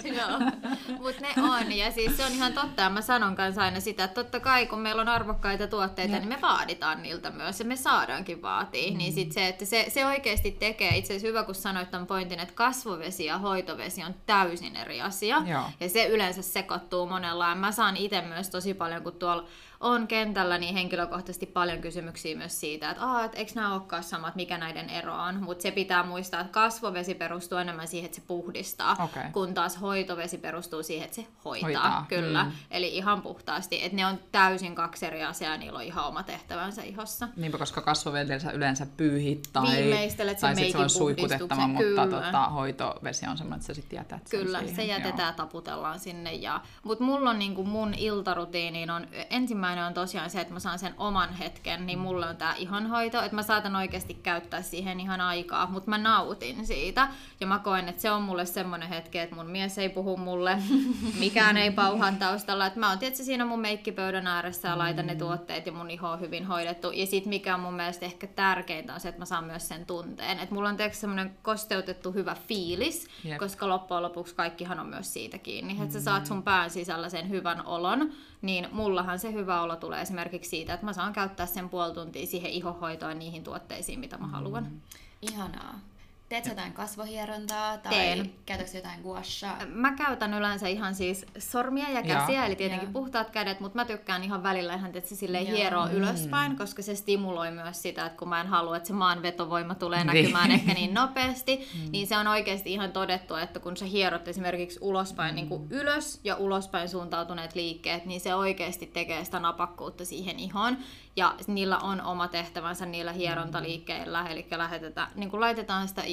C: Mutta ne on, ja siis se on ihan totta, ja mä sanon kanssa aina sitä, että totta kai kun meillä on arvokkaita tuotteita, niin me vaaditaan niiltä myös, ja me saadaankin vaatia. Niin sit se, että se oikeasti tekee, itse asiassa hyvä kun sanoit tämän pointin, että kasvovesi ja hoitovesi on täysin eri asia. Joo. Ja se yleensä sekoittuu monella. Ja mä saan itse myös tosi paljon, kun tuolla on kentällä, niin henkilökohtaisesti paljon kysymyksiä myös siitä, että eikö nämä olekaan samat, mikä näiden ero on. Mutta se pitää muistaa, että kasvovesi perustuu enemmän siihen, että se puhdistaa, kun taas hoitovesi perustuu siihen, että se hoitaa. Kyllä. Eli ihan puhtaasti. Että ne on täysin 2 eri asiaa ja niillä on ihan oma tehtävänsä ihossa.
B: Niinpä, koska kasvovedellä sä pyyhit tai
C: viimeistelet sen meikin
B: on suihkutettava, mutta hoitovesi on semmoinen, että sä sitten jätät sen
C: Kyllä,
B: siihen.
C: Se jätetään ja taputellaan sinne. Mutta mulla on niinku mun iltarutiiniin on ensimmäinen on tosiaan se, että mä saan sen oman hetken, niin mulle on tää ihonhoito, että mä saatan oikeasti käyttää siihen ihan aikaa, mutta mä nautin siitä. Ja mä koen, että se on mulle semmoinen hetki, että mun mies ei puhu mulle, mikään ei pauhan taustalla. Että mä oon tietysti siinä mun meikkipöydän ääressä ja laitan ne tuotteet ja mun iho on hyvin hoidettu. Ja sit mikä on mun mielestä ehkä tärkeintä on se, että mä saan myös sen tunteen. Että mulla on tietysti semmoinen kosteutettu hyvä fiilis, koska loppujen lopuksi kaikkihan on myös siitä kiinni. Että sä saat sun pään sisällä sen hyvän olon, niin mullahan se hyvä olo tulee esimerkiksi siitä, että mä saan käyttää sen puoli tuntia siihen ihohoitoon ja niihin tuotteisiin, mitä mä haluan.
A: Ihanaa. Teetkö jotain kasvohierontaa tai käytätkö jotain gua shaa?
C: Mä käytän yleensä ihan siis sormia ja käsiä, eli tietenkin puhtaat kädet, mutta mä tykkään ihan välillä ihan silleen hieroa ylöspäin, koska se stimuloi myös sitä, että kun mä en halua, että se maan vetovoima tulee näkymään ehkä niin nopeasti, niin se on oikeasti ihan todettu, että kun sä hierot esimerkiksi ulospäin niin kuin ylös ja ulospäin suuntautuneet liikkeet, niin se oikeasti tekee sitä napakkuutta siihen ihoon. Ja niillä on oma tehtävänsä niillä hierontaliikkeillä, eli laitetaan sitä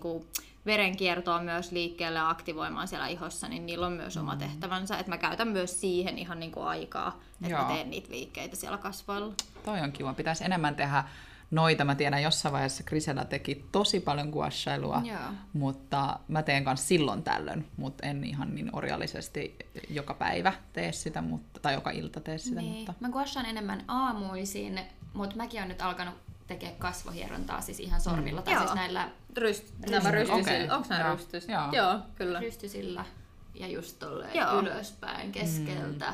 C: verenkiertoa myös liikkeelle ja aktivoimaan siellä ihossa, niin niillä on myös oma tehtävänsä. Että mä käytän myös siihen ihan aikaa, että mä teen niitä liikkeitä siellä kasvoilla.
B: Toi on kiva. Pitäisi enemmän tehdä noita. Mä tiedän, jossain vaiheessa Griselda teki tosi paljon guashailua, mutta mä teen kanssa silloin tällöin, mutta en ihan niin orjallisesti joka päivä tee sitä, tai joka ilta tee sitä.
A: Niin.
B: Mutta
A: Mä guashaan enemmän aamuisin, mutta mäkin olen nyt alkanut tekee kasvohierontaa siis ihan sormilla. Tai siis näillä
C: rystysillä. Onko nämä rystys? Joo, kyllä.
A: Rystysillä ja just tolleen ylöspäin keskeltä.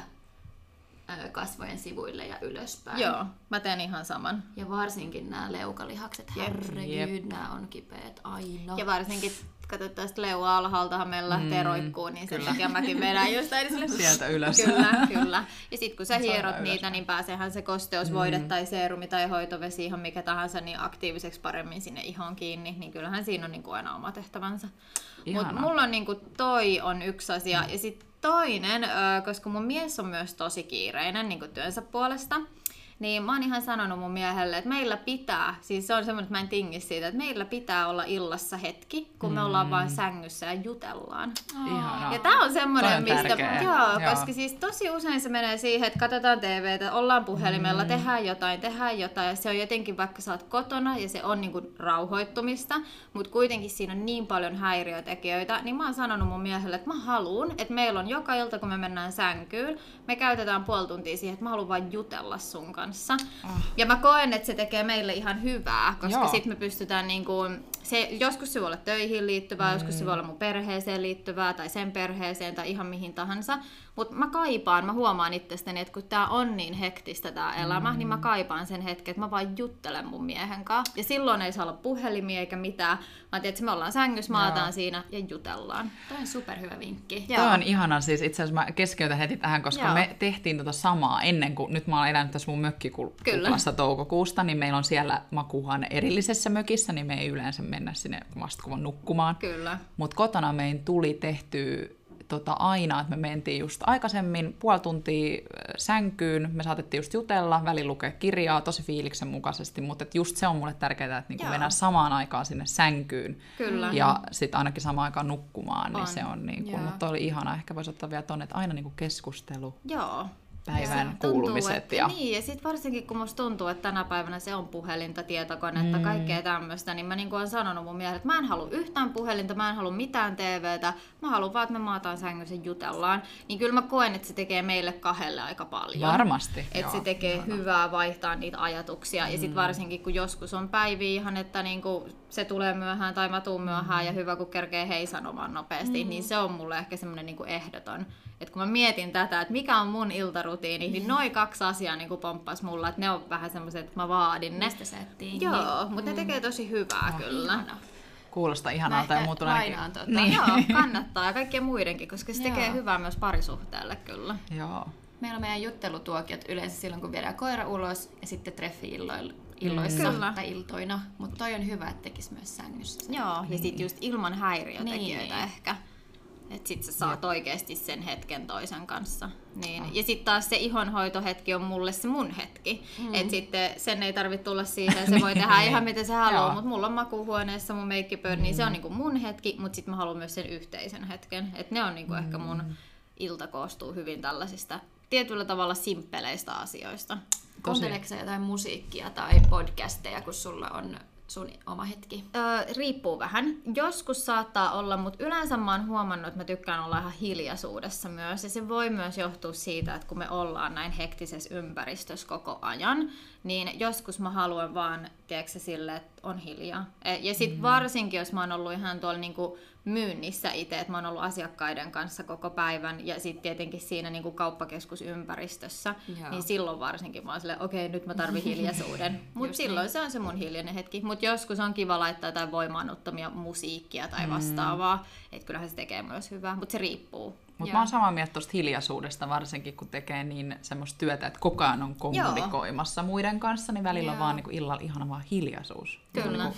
A: Kasvojen sivuille ja ylöspäin.
C: Joo, mä teen ihan saman.
A: Ja varsinkin nämä leukalihakset, herregud, nämä on kipeät aina.
C: Ja varsinkin, katsotaan sitä leua alhaaltahan meillä lähtee roikkuun, niin sen takia mäkin vedän just sille.
B: Sieltä ylös.
C: Kyllä. Ja sit kun sä hierot niitä, niin pääseehän se kosteusvoide tai seerumi tai hoitovesi, ihan mikä tahansa, niin aktiiviseksi paremmin sinne ihon kiinni, niin kyllähän siinä on niin kuin aina oma tehtävänsä. Mutta mulla on niin kuin toi on yksi asia. Ja sit toinen, koska mun mies on myös tosi kiireinen niin kuin työnsä puolesta, niin mä oon ihan sanonut mun miehelle, että meillä pitää, siis se on semmoinen, että mä en tingi siitä, että meillä pitää olla illassa hetki, kun me ollaan vaan sängyssä ja jutellaan.
B: Ihanaa.
C: Ja tää on semmoinen, mistä,
B: joo,
C: koska siis tosi usein se menee siihen, että katsotaan TVtä, ollaan puhelimella, tehdään jotain, ja se on jotenkin, vaikka sä oot kotona ja se on niinku rauhoittumista, mutta kuitenkin siinä on niin paljon häiriötekijöitä, niin mä oon sanonut mun miehelle, että mä haluun, että meillä on joka ilta, kun me mennään sänkyyn, me käytetään puoli tuntia siihen, että mä haluan vaan jutella sun kanssa. Ja mä koen, että se tekee meille ihan hyvää, koska sit me pystytään niinku, joskus se voi olla töihin liittyvää, joskus se voi olla mun perheeseen liittyvää tai sen perheeseen tai ihan mihin tahansa. Mutta mä huomaan itsestäni, että kun tää on niin hektistä tää elämä, niin mä kaipaan sen hetken, että mä vaan juttelen mun miehen kanssa. Ja silloin ei saa olla puhelimia eikä mitään, vaan että me ollaan sängyssä, maataan siinä ja jutellaan.
A: Tämä on superhyvä vinkki.
B: Tämä on ihana, siis itse asiassa mä keskeytän heti tähän, koska me tehtiin tota samaa ennen kuin, nyt mä oon elänyt tässä mun mökkikuplassa toukokuusta, niin meillä on siellä makuuhuone erillisessä mökissä, niin me ei yleensä mennä sinne vasta kun nukkumaan.
C: Kyllä.
B: Mutta kotona meidän tuli tehtyä aina, että me mentiin just aikaisemmin puoli tuntia sänkyyn, me saatettiin just jutella, välillä lukea kirjaa tosi fiiliksen mukaisesti, mutta just se on mulle tärkeää, että niinku mennään samaan aikaan sinne sänkyyn.
C: Kyllä.
B: Ja sitten ainakin samaan aikaan nukkumaan, niin se on niinku, mutta oli ihana, ehkä voisi ottaa vielä tonne, että aina niinku keskustelu.
C: Joo.
B: Päivän kuulumiset.
C: Niin, ja sitten varsinkin kun musta tuntuu, että tänä päivänä se on puhelinta, tietokonetta, kaikkea tämmöistä, niin mä niin kuin olen sanonut mun miehelle, että mä en halua yhtään puhelinta, mä en halua mitään TVtä, mä haluan vaan, että me maataan sängyssä ja jutellaan. Niin kyllä mä koen, että se tekee meille kahdelle aika paljon.
B: Varmasti.
C: Että se tekee hyvää vaihtaa niitä ajatuksia. Ja sitten varsinkin kun joskus on päiviä ihan, että niinku se tulee myöhään tai mä tuun myöhään ja hyvä kun kerkee hei sanomaan nopeasti, niin se on mulle ehkä semmoinen niinku ehdoton. Että kun mä mietin tätä, että mikä on mun iltarutiini, niin noin kaksi asiaa niin pomppas mulla, että ne on vähän semmoiset, että mä vaadin ne.
A: Mistä sä et tingi.
C: Joo, mutta ne tekee tosi hyvää kyllä.
A: Ihana.
B: Kuulostaa ihanalta ja muut on ainakin.
C: Niin. Joo, kannattaa ja kaikkien muidenkin, koska se tekee hyvää myös parisuhteelle kyllä.
B: Joo.
A: Meillä on meidän juttelutuokiot yleensä silloin, kun viedään koira ulos ja sitten treffi-illoissa tai iltoina. Mutta toi on hyvä, että tekisi myös sängyssä.
C: Joo, ja sitten just ilman häiriötekijöitä ehkä. Että sit sä saat oikeesti sen hetken toisen kanssa. Niin. Ja sitten taas se ihonhoitohetki on mulle se mun hetki. Että sitten sen ei tarvitse tulla siihen, se voi tehdä ihan mitä se haluaa. Mutta mulla on makuuhuoneessa mun meikkipöydä, niin se on niinku mun hetki, mutta sitten mä haluan myös sen yhteisen hetken. Että ne on niinku ehkä mun ilta koostuu hyvin tällaisista tietyllä tavalla simppeleistä asioista.
A: Kuunteleeko sä jotain musiikkia tai podcasteja, kun sulla on sun oma hetki?
C: Riippuu vähän. Joskus saattaa olla, mutta yleensä mä oon huomannut, että mä tykkään olla ihan hiljaisuudessa myös. Ja se voi myös johtua siitä, että kun me ollaan näin hektisessä ympäristössä koko ajan, niin joskus mä haluan vaan, tiedätkö sille, että on hiljaa. Ja sit varsinkin, jos mä oon ollut ihan tuolla niinku myynnissä itse, että mä oon ollut asiakkaiden kanssa koko päivän ja sitten tietenkin siinä niinku kauppakeskusympäristössä, niin silloin varsinkin mä oon silleen, okei, nyt mä tarvin hiljaisuuden. Mutta silloin niin. Se on se mun hiljainen hetki. Mutta joskus on kiva laittaa jotain voimaannuttamia musiikkia tai vastaavaa, että kyllähän se tekee myös hyvää, mutta se riippuu.
B: Mutta mä oon samaa mieltä tuosta hiljaisuudesta, varsinkin kun tekee niin semmoista työtä, että koko ajan on kommunikoimassa muiden kanssa, niin välillä on vaan niinku illalla ihana vaan hiljaisuus.
C: Kyllä.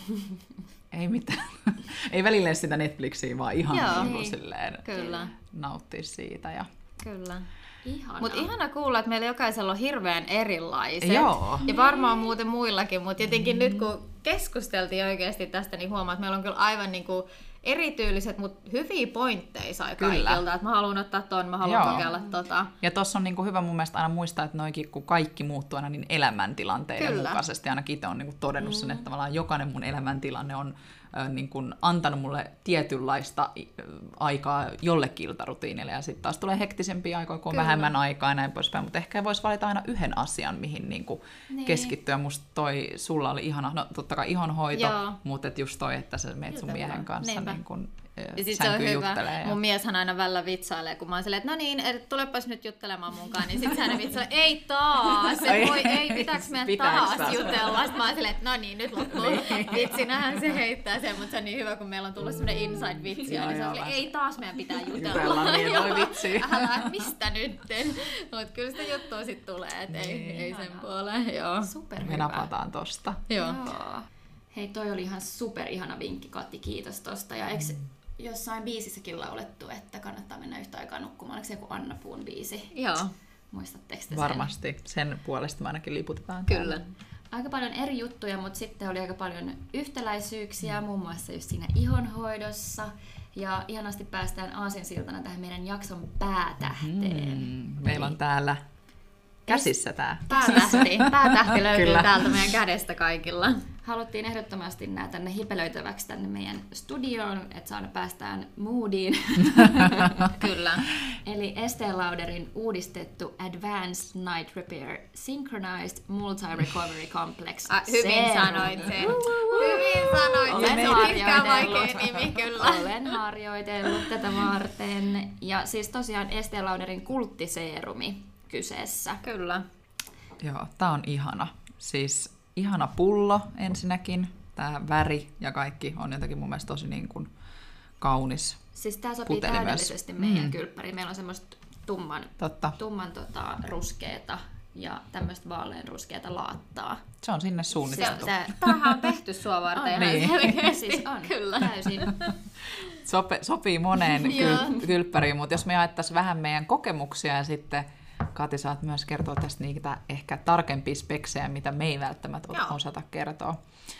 B: Ei mitään. Ei välillä sitä Netflixiä, vaan ihan niin silleen
C: kyllä.
B: Nauttia siitä. Ja...
C: Kyllä.
A: Mutta
C: ihana kuulla, että meillä jokaisella on hirveän erilaiset.
B: Joo.
C: Ja varmaan muuten muillakin, mutta jotenkin nyt kun keskusteltiin oikeasti tästä, niin huomaa, että meillä on kyllä aivan niin kuin erityyliset, mutta hyviä pointteja sai kaikilta. Että mä haluan ottaa ton, mä haluan kokeilla tota.
B: Ja tossa on niinku hyvä mun mielestä aina muistaa, että noikin, kun kaikki muuttuu aina niin elämäntilanteiden mukaisesti. Ainakin itse on niinku todennut sen, että tavallaan jokainen mun elämäntilanne on niin kuin antanut mulle tietynlaista aikaa jollekin iltarutiinille, ja sitten taas tulee hektisempiä aikoja, kun on vähemmän aikaa ja näin poispäin, mutta ehkä voisi valita aina yhden asian, mihin niin kuin keskittyä. Musta sulla oli ihana, no totta kai ihonhoito, mutta et just toi, että sä meet sun miehen kanssa niin kuin
C: ja sit se on hyvä. Mun mieshän aina välillä vitsailee, kun mä oon silleen, että no niin, tulepas nyt juttelemaan munkaan, niin sit hän vitsailee, ei taas, ei pitääks meidän taas jutella. Sit mä oon silleen, että no niin, nyt loppuu. Vitsinähän se heittää sen, mutta se on niin hyvä, kun meillä on tullut semmonen inside-vitsi, niin se on silleen, ei taas meidän pitää jutella.
B: Niin, voi vitsi.
C: Älä, mistä nytten? Mut kyllä sitä juttua sit tulee, että ei sen puoleen. Joo.
A: Super hyvä.
B: Me napataan tosta.
C: Joo.
A: Hei, toi oli ihan super ihana vinkki, Kati, kiitos tosta. Ja eikö jossain biisissäkin laulettu, että kannattaa mennä yhtä aikaa nukkumaan? Oliko se joku Anna Puun biisi?
C: Joo.
A: Muistatteko te sen?
B: Varmasti. Sen puolesta me ainakin liputetaan.
C: Kyllä.
A: Aika paljon eri juttuja, mutta sitten oli aika paljon yhtäläisyyksiä, muun muassa just siinä ihonhoidossa. Ja ihanasti päästään aasinsiltana tähän meidän jakson päätähteen.
B: Meillä on täällä käsissä tää.
C: Päätähti löytyy täältä meidän kädestä kaikilla.
A: Haluttiin ehdottomasti nää tänne hipelöitäväksi tänne meidän studioon, että päästään moodiin.
C: Kyllä.
A: Eli Estée Lauderin uudistettu Advanced Night Repair Synchronized Multi-Recovery Complex.
C: Hyvin sanoit sen. Hyvin sanoit sen. Pitkään vaikea nimi, kyllä.
A: Olen harjoitellut tätä varten. Ja siis tosiaan Estée Lauderin kulttiseerumi kyseessä.
C: Kyllä.
B: Joo, tää on ihana. Siis ihana pullo ensinnäkin. Tää väri ja kaikki on jotenkin mun mielestä tosi niin kuin kaunis.
A: Siis tää sopii täydellisesti meidän kylppäriin. Meillä on semmoista tumman ruskeeta ja tämmöistä vaaleanruskeata laattaa.
B: Se on sinne suunniteltu.
C: Tämähän on tehty sua varten ihan selkeästi.
A: Siis on,
C: kyllä.
A: Täysin.
B: Sopii moneen kylppäriin, mutta jos me jaettaisiin vähän meidän kokemuksia ja sitten Kati, saat myös kertoa tästä niitä ehkä tarkempia speksejä, mitä me ei välttämättä osata kertoa.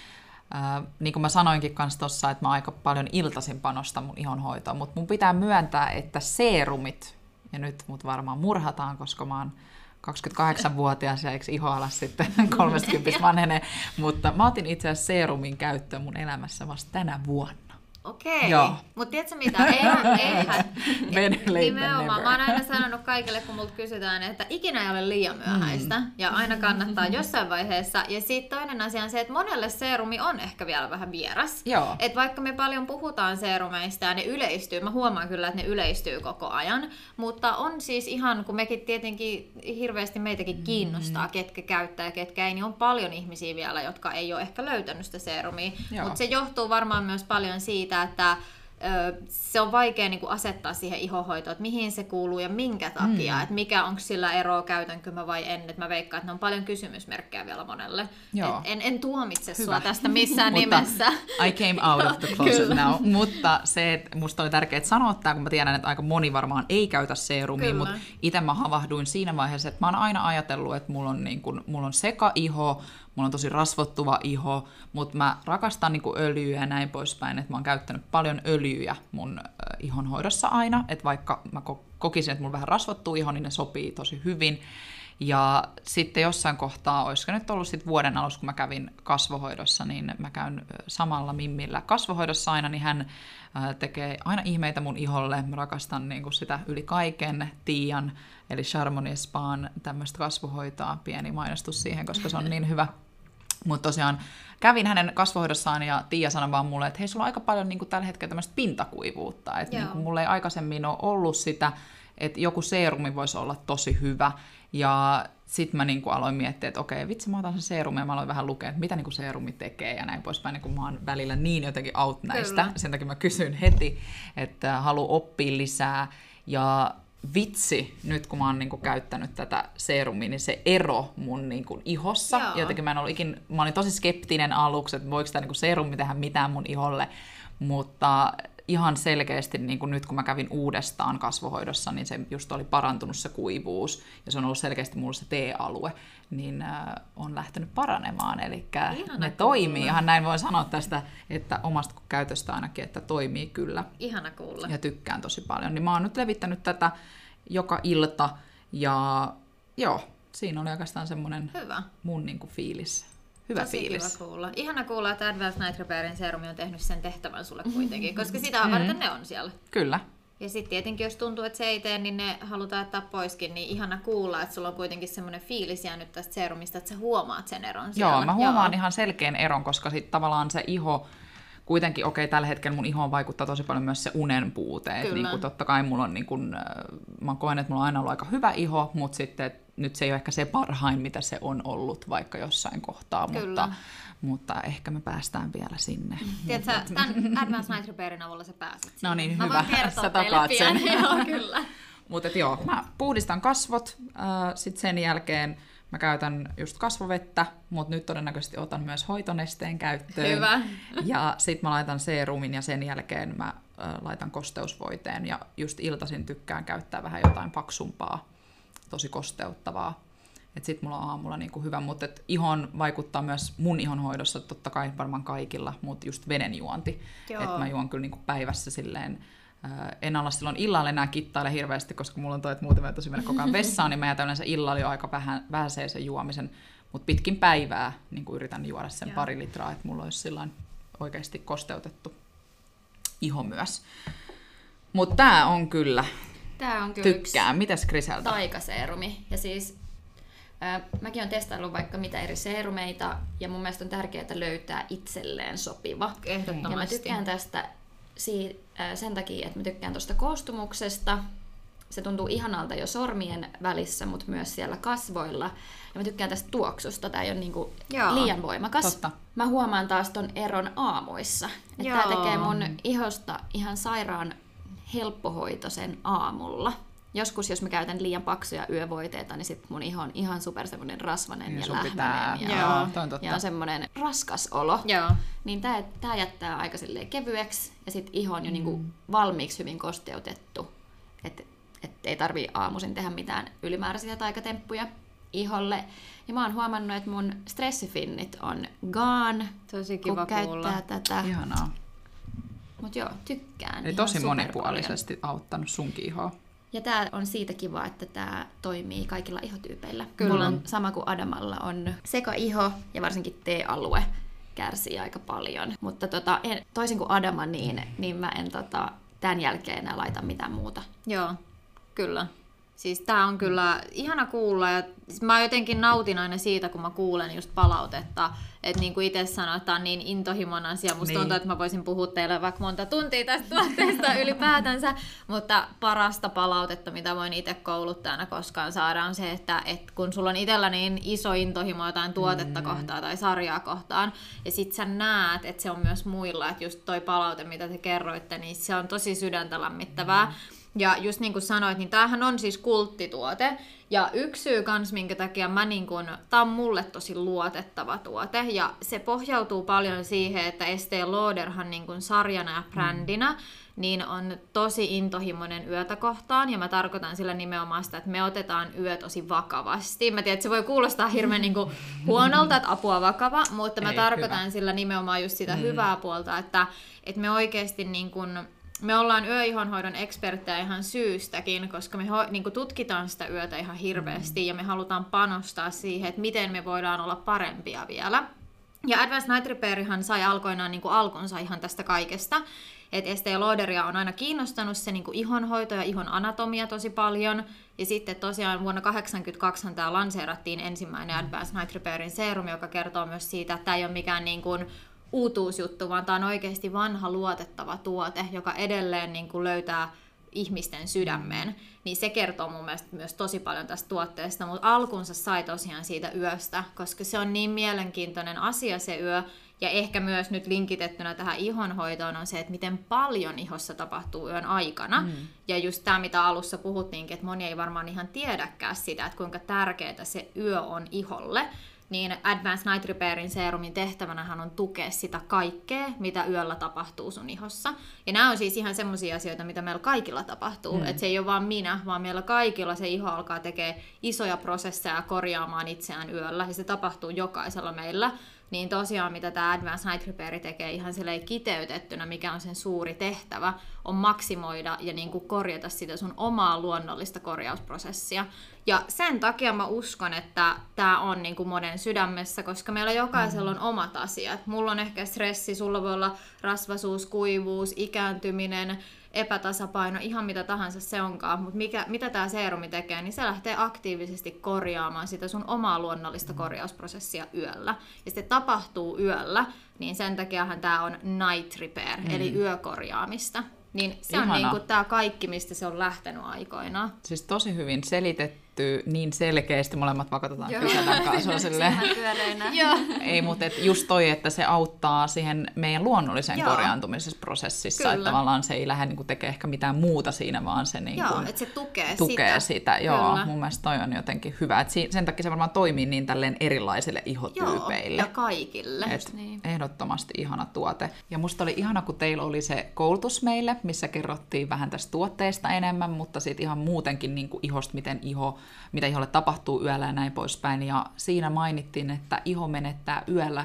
B: Niin kuin mä sanoinkin kanssa tossa, että mä aika paljon iltaisin panostan mun ihonhoitoon, mutta mun pitää myöntää, että seerumit, ja nyt mut varmaan murhataan, koska mä oon 28-vuotias ja eikö ihoala sitten 30 vanhenee, mutta mä otin itse asiassa seerumin käyttöön mun elämässä vasta tänä vuonna.
C: Okei, mutta tiedätkö mitä? Eihän. Nimenomaan. Mä oon aina sanonut kaikille, kun multa kysytään, että ikinä ei ole liian myöhäistä ja aina kannattaa jossain vaiheessa. Ja sitten toinen asia on se, että monelle seerumi on ehkä vielä vähän vieras. Että vaikka me paljon puhutaan seerumeista ja ne yleistyy, mä huomaan kyllä, että ne yleistyy koko ajan. Mutta on siis ihan, kun mekin tietenkin hirveästi meitäkin kiinnostaa, ketkä käyttää ja ketkä ei, niin on paljon ihmisiä vielä, jotka ei ole ehkä löytänyt sitä seerumia. Mutta se johtuu varmaan myös paljon siitä, että se on vaikea niin kuin asettaa siihen ihohoitoon, että mihin se kuuluu ja minkä takia, että mikä onko sillä eroa, käytänkö mä vai en, että mä veikkaan, että ne on paljon kysymysmerkkejä vielä monelle. En tuomitse sua tästä missään nimessä.
B: I came out of the closet now, mutta se, että musta oli tärkeää sanoa tämä, kun mä tiedän, että aika moni varmaan ei käytä seerumia, mutta itse mä havahduin siinä vaiheessa, että mä oon aina ajatellut, että mulla on sekaiho, mulla on tosi rasvottuva iho, mutta mä rakastan niinku öljyä ja näin poispäin, että mä oon käyttänyt paljon öljyä mun ihonhoidossa aina, että vaikka mä kokisin, että mulla vähän rasvottuu iho, niin ne sopii tosi hyvin. Ja sitten jossain kohtaa, olisiko nyt ollut sit vuoden alussa, kun mä kävin kasvohoidossa, niin mä käyn samalla Mimmillä kasvohoidossa aina, niin hän tekee aina ihmeitä mun iholle. Mä rakastan niinku sitä yli kaiken, Tiian, eli Charmonier Span tämmöistä kasvohoitoa, pieni mainostus siihen, koska se on niin hyvä. Mutta tosiaan kävin hänen kasvohoidossaan ja Tiia sanoi vaan mulle, että hei, sulla on aika paljon niin kuin tällä hetkellä tämmöistä pintakuivuutta. Että niin mulla ei aikaisemmin ole ollut sitä, että joku seerumi voisi olla tosi hyvä. Ja sitten mä niin kuin aloin miettiä, että okei, vitsi, mä otan sen seerumin ja mä aloin vähän lukea, että mitä niin kuin seerumi tekee ja näin poispäin, niin kun mä oon välillä niin jotenkin out näistä. Kyllä. Sen takia mä kysyn heti, että haluan oppia lisää. Ja vitsi, nyt kun mä oon niinku käyttänyt tätä seerumia, niin se ero mun niinku ihossa, jotenkin mä olin tosi skeptinen aluksi, että voiko tämä niinku seerumi tehdä mitään mun iholle, mutta ihan selkeästi, niin kuin nyt kun mä kävin uudestaan kasvohoidossa, niin se just oli parantunut se kuivuus, ja se on ollut selkeästi mulla se T-alue, niin on lähtenyt paranemaan. Eli ne toimii, ihan näin voin sanoa tästä, että omasta käytöstä ainakin, että toimii kyllä.
C: Ihana kuulla.
B: Ja tykkään tosi paljon. Niin mä oon nyt levittänyt tätä joka ilta, ja joo, siinä oli oikeastaan semmoinen mun niin kuin fiilis. Hyvä
C: tosi
B: fiilis.
C: Kiva kuulla. Ihana kuulla, että Advanced Night Repairin serumi on tehnyt sen tehtävän sulle kuitenkin, koska sitä varten ne on siellä.
B: Kyllä.
C: Ja sitten tietenkin, jos tuntuu, että se ei tee, niin ne halutaan ottaa poiskin, niin ihana kuulla, että sulla on kuitenkin semmoinen fiilis jäänyt tästä serumista, että sä huomaat sen eron siellä.
B: Joo, mä huomaan ihan selkeän eron, koska sit tavallaan se iho, kuitenkin tällä hetkellä mun ihoon vaikuttaa tosi paljon myös se unen puute. Niin kuin, totta kai mulla on, niin kuin, mä koen, että mulla on aina ollut aika hyvä iho, mutta sitten nyt se ei ole ehkä se parhain, mitä se on ollut vaikka jossain kohtaa, mutta ehkä me päästään vielä sinne.
C: Tiedätkö, tämän Advanced Night Repairin avulla sä pääset siihen.
B: No niin,
C: mä
B: hyvä. Sä takaat sen.
C: Joo, kyllä.
B: Mutta joo, mä puhdistan kasvot, sitten sen jälkeen mä käytän just kasvovettä, mutta nyt todennäköisesti otan myös hoitonesteen käyttöön.
C: Hyvä.
B: Ja sitten mä laitan serumin ja sen jälkeen mä laitan kosteusvoiteen. Ja just iltaisin tykkään käyttää vähän jotain paksumpaa, tosi kosteuttavaa. Että sit mulla on aamulla niinku hyvä, mutta ihon vaikuttaa myös mun ihonhoidossa, totta kai varmaan kaikilla, mutta just vedenjuonti. Että mä juon kyllä niinku päivässä silleen, en ala silloin illalla enää kittaile hirveästi, koska mulla on toi, että muuten mä tosi mennä koko ajan vessaan, niin mä jätän yleensä illalla jo aika vähäiseen sen juomisen, mutta pitkin päivää niin yritän juoda sen 2 litraa, että mulla olisi sillain oikeasti kosteutettu iho myös. Mutta tää on kyllä tykkään. Mitäs Griselda?
A: Taikaseerumi. Ja siis mäkin olen testaillut vaikka mitä eri seerumeita, ja mun mielestä on tärkeää löytää itselleen sopiva.
C: Ehdottomasti.
A: Ja mä tykkään tästä sen takia, että mä tykkään tuosta koostumuksesta. Se tuntuu ihanalta jo sormien välissä, mutta myös siellä kasvoilla. Ja mä tykkään tästä tuoksusta. Tää ei ole niinku liian voimakas.
B: Totta.
A: Mä huomaan taas ton eron aamuissa. Että tää tekee mun ihosta ihan sairaan helppohoitoisen aamulla. Joskus, jos mä käytän liian paksuja yövoiteita, niin sit mun iho on ihan super semmonen rasvanen ja lähmäinen. Ja on semmonen raskas olo.
C: Joo.
A: Niin tää jättää aika kevyeksi ja sit iho on jo niinku valmiiksi hyvin kosteutettu. Et ei tarvii aamuisin tehdä mitään ylimääräisiä taikatemppuja iholle. Ja mä oon huomannut, että mun stressifinnit on gone,
C: tosi kiva
A: kun
C: kuulla.
A: käyttää tätä.
B: Ihanaa.
A: Mut joo, tykkään.
B: Eli tosi monipuolisesti auttanut sunkin ihoa.
A: Ja tää on siitä kiva, että tää toimii kaikilla ihotyypeillä.
C: Kyllä.
A: Mulla on sama kuin Adamalla on sekaiho ja varsinkin T-alue kärsii aika paljon. Mutta toisin kuin Adama, niin mä en tämän jälkeen enää laita mitään muuta.
C: Joo, kyllä. Siis tää on kyllä ihana kuulla ja mä jotenkin nautin aina siitä, kun mä kuulen just palautetta, että niin kuin itse sanoin, että tää on niin intohimon asia. Musta tuntuu, että mä voisin puhua teille vaikka monta tuntia tästä tuotteesta ylipäätänsä, mutta parasta palautetta, mitä voin itse kouluttajana koskaan saada, on se, että kun sulla on itsellä niin iso intohimo jotain tuotetta kohtaan tai sarjaa kohtaan, ja sit sä näet, että se on myös muilla, että just toi palaute, mitä te kerroitte, niin se on tosi sydäntä lämmittävää. Ja just niin kuin sanoit, niin tämähän on siis kulttituote. Ja yksi syy kans, minkä takia tää on mulle tosi luotettava tuote. Ja se pohjautuu paljon siihen, että Estée Lauderhan niin kuin sarjana ja brändinä niin on tosi intohimoinen yötä kohtaan. Ja mä tarkoitan sillä nimenomaan sitä, että me otetaan yö tosi vakavasti. Mä tiedän, että se voi kuulostaa hirveän niin kuin huonolta, että apua vakava, mutta mä tarkoitan sillä nimenomaan just sitä hyvää puolta, että me oikeasti niin kuin me ollaan yöihonhoidon eksperttejä ihan syystäkin, koska me niin tutkitaan sitä yötä ihan hirveästi ja me halutaan panostaa siihen, että miten me voidaan olla parempia vielä. Ja Advanced Night Repairihan sai alkoinaan niin alkunsa ihan tästä kaikesta. Että Estée Lauderia on aina kiinnostanut se niin ihonhoito ja ihon anatomia tosi paljon. Ja sitten tosiaan vuonna 1982 tämä lanseerattiin ensimmäinen Advanced Night Repairin serum, joka kertoo myös siitä, että tämä ei ole mikään niin kuin uutuusjuttu, vaan tämä on oikeasti vanha luotettava tuote, joka edelleen niin kuin löytää ihmisten sydämeen. Niin se kertoo mun mielestä myös tosi paljon tästä tuotteesta, mutta alkunsa sai tosiaan siitä yöstä, koska se on niin mielenkiintoinen asia se yö, ja ehkä myös nyt linkitettynä tähän ihonhoitoon on se, että miten paljon ihossa tapahtuu yön aikana. Ja just tämä, mitä alussa puhuttiinkin, että moni ei varmaan ihan tiedäkään sitä, että kuinka tärkeää se yö on iholle. niin Advanced Night Repairin serumin tehtävänähän on tukea sitä kaikkea, mitä yöllä tapahtuu sun ihossa. Ja nämä on siis ihan semmoisia asioita, mitä meillä kaikilla tapahtuu. Että se ei ole vaan minä, vaan meillä kaikilla se iho alkaa tekemään isoja prosesseja korjaamaan itseään yöllä. Ja se tapahtuu jokaisella meillä. Niin tosiaan, mitä tämä Advanced Night Repair tekee ihan silleen kiteytettynä, mikä on sen suuri tehtävä, on maksimoida ja niin kuin korjata sitä sun omaa luonnollista korjausprosessia. Ja sen takia mä uskon, että tämä on niin kuin monen sydämessä, koska meillä jokaisella on omat asiat. Mulla on ehkä stressi, sulla voi olla rasvasuus, kuivuus, ikääntyminen, epätasapaino, ihan mitä tahansa se onkaan, mutta mitä tämä seerumi tekee, niin se lähtee aktiivisesti korjaamaan sitä sun omaa luonnollista korjausprosessia yöllä. Ja se tapahtuu yöllä, niin sen takiahan tämä on night repair, eli yökorjaamista. Niin se on niinku tämä kaikki, mistä se on lähtenyt aikoinaan.
B: Siis tosi hyvin selitetty, niin selkeästi, molemmat vakotetaan kyselän kanssa. Ei, mutta just toi, että se auttaa siihen meidän luonnolliseen korjaantumisessa prosessissa, että tavallaan se ei lähde niinku tekemään ehkä mitään muuta siinä, vaan se niinku
C: että se tukee
B: sitä. Joo, mun mielestä toi on jotenkin hyvä. Et sen takia se varmaan toimii niin tälleen erilaisille ihotyypeille.
C: Ja kaikille.
B: Niin. Ehdottomasti ihana tuote. Ja musta oli ihana, kun teillä oli se koulutus meille, missä kerrottiin vähän tästä tuotteesta enemmän, mutta sitten ihan muutenkin niin kuin ihosta, mitä iholle tapahtuu yöllä ja näin poispäin. Ja siinä mainittiin, että iho menettää yöllä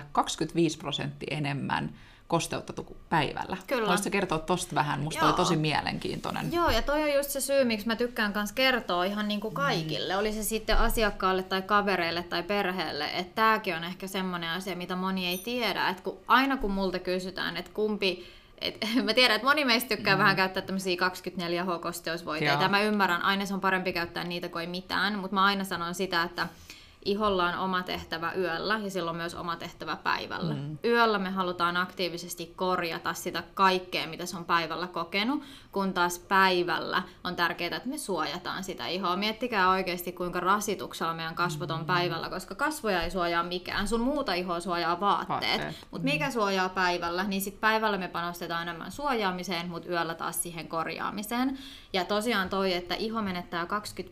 B: 25% enemmän kosteutta kuin päivällä.
C: Kyllä.
B: Voisitko kertoa tosta vähän? Musta oli tosi mielenkiintoinen.
C: Joo, ja toi on just se syy, miksi mä tykkään kanssa kertoa ihan niin kuin kaikille. Oli se sitten asiakkaalle tai kavereille tai perheelle, että tääkin on ehkä semmoinen asia, mitä moni ei tiedä. Että aina kun multa kysytään, että kumpi... mä tiedän, että moni meistä tykkää vähän käyttää tämmöisiä 24H-kosteusvoiteita, ja mä ymmärrän, aina se on parempi käyttää niitä kuin mitään, mutta mä aina sanon sitä, että iholla on oma tehtävä yöllä ja silloin myös oma tehtävä päivällä. Yöllä me halutaan aktiivisesti korjata sitä kaikkea, mitä se on päivällä kokenut, kun taas päivällä on tärkeää, että me suojataan sitä ihoa. Miettikää oikeasti, kuinka rasituksella meidän kasvot on päivällä, koska kasvoja ei suojaa mikään. Sun muuta ihoa suojaa vaatteet. Mutta mikä suojaa päivällä, niin sitten päivällä me panostetaan enemmän suojaamiseen, mutta yöllä taas siihen korjaamiseen. Ja tosiaan toi, että iho menettää 25%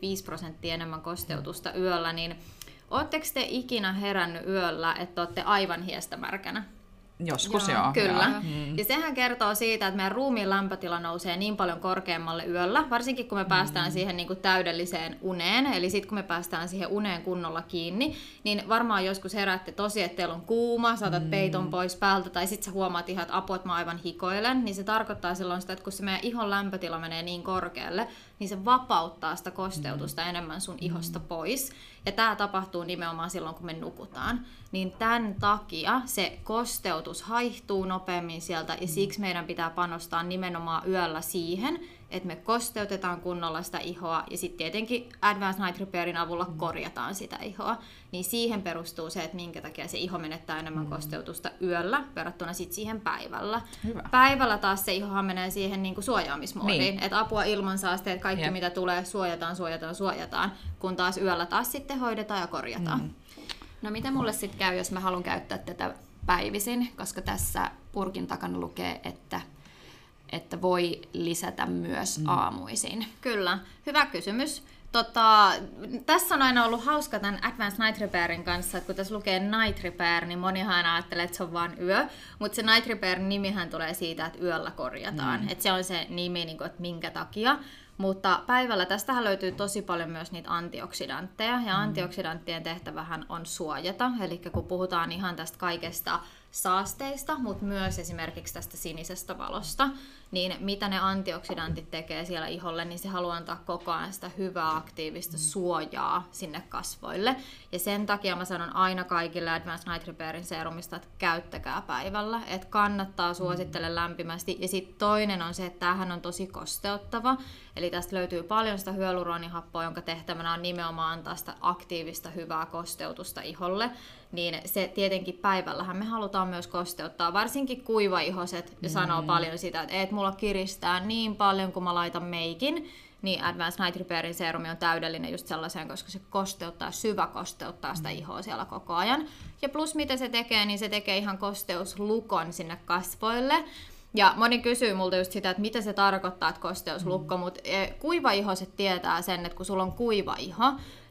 C: enemmän kosteutusta yöllä, niin ootteko te ikinä herännyt yöllä, että olette aivan hiestämärkänä?
B: Joskus joo.
C: Kyllä. Ja sehän kertoo siitä, että meidän ruumiin lämpötila nousee niin paljon korkeammalle yöllä, varsinkin kun me päästään siihen niin kuin täydelliseen uneen, eli sitten kun me päästään siihen uneen kunnolla kiinni, niin varmaan joskus heräätte tosi, että teillä on kuuma, saatat peiton pois päältä, tai sitten sä huomaat ihan, että apua, että mä aivan hikoilen, niin se tarkoittaa silloin sitä, että kun se meidän ihon lämpötila menee niin korkealle, niin se vapauttaa sitä kosteutusta enemmän sun ihosta pois. Ja tämä tapahtuu nimenomaan silloin, kun me nukutaan. Niin tämän takia se kosteutus haihtuu nopeammin sieltä, ja siksi meidän pitää panostaa nimenomaan yöllä siihen, että me kosteutetaan kunnolla sitä ihoa, ja sitten tietenkin Advanced Night Repairin avulla korjataan sitä ihoa. Niin siihen perustuu se, että minkä takia se iho menettää enemmän kosteutusta yöllä verrattuna sitten siihen päivällä.
B: Hyvä.
C: Päivällä taas se ihohan menee siihen niin kuin suojaamismoodiin, että apua, ilmansaasteet, kaikki mitä tulee, suojataan, kun taas yöllä taas sitten hoidetaan ja korjataan.
A: No mitä mulle sitten käy, jos mä haluan käyttää tätä päivisin, koska tässä purkin takana lukee, että voi lisätä myös aamuisin.
C: Kyllä, hyvä kysymys. Tässä on aina ollut hauska tämän Advanced Night Repairin kanssa, että kun tässä lukee Night Repair, niin monihan aina ajattelee, että se on vain yö, mutta se Night Repairin nimihän tulee siitä, että yöllä korjataan, että se on se nimi, niin kuin, että minkä takia. Mutta päivällä tästähän löytyy tosi paljon myös niitä antioksidantteja, ja antioksidanttien tehtävähän on suojata, eli kun puhutaan ihan tästä kaikesta saasteista, mutta myös esimerkiksi tästä sinisestä valosta, niin mitä ne antioksidantit tekee siellä iholle, niin se haluaa antaa koko ajan sitä hyvää aktiivista suojaa sinne kasvoille. Ja sen takia mä sanon aina kaikille Advanced Night Repairin serumista, että käyttäkää päivällä, että kannattaa, suosittele lämpimästi. Ja sitten toinen on se, että tämähän on tosi kosteuttava, eli tästä löytyy paljon sitä hyaluronihappoa, jonka tehtävänä on nimenomaan antaa sitä aktiivista hyvää kosteutusta iholle. Niin se tietenkin päivällähän me halutaan myös kosteuttaa, varsinkin kuivaihoset sanoo paljon sitä, että mulla kiristää niin paljon, kun mä laitan meikin, niin Advanced Night Repairin serumi on täydellinen just sellaiseen, koska se syväkosteuttaa sitä ihoa siellä koko ajan. Ja plus mitä se tekee, niin se tekee ihan kosteuslukon sinne kasvoille. Ja moni kysyy multa just sitä, että mitä se tarkoittaa, että kosteuslukko, mutta kuivaihoset tietää sen, että kun sulla on kuiva iho,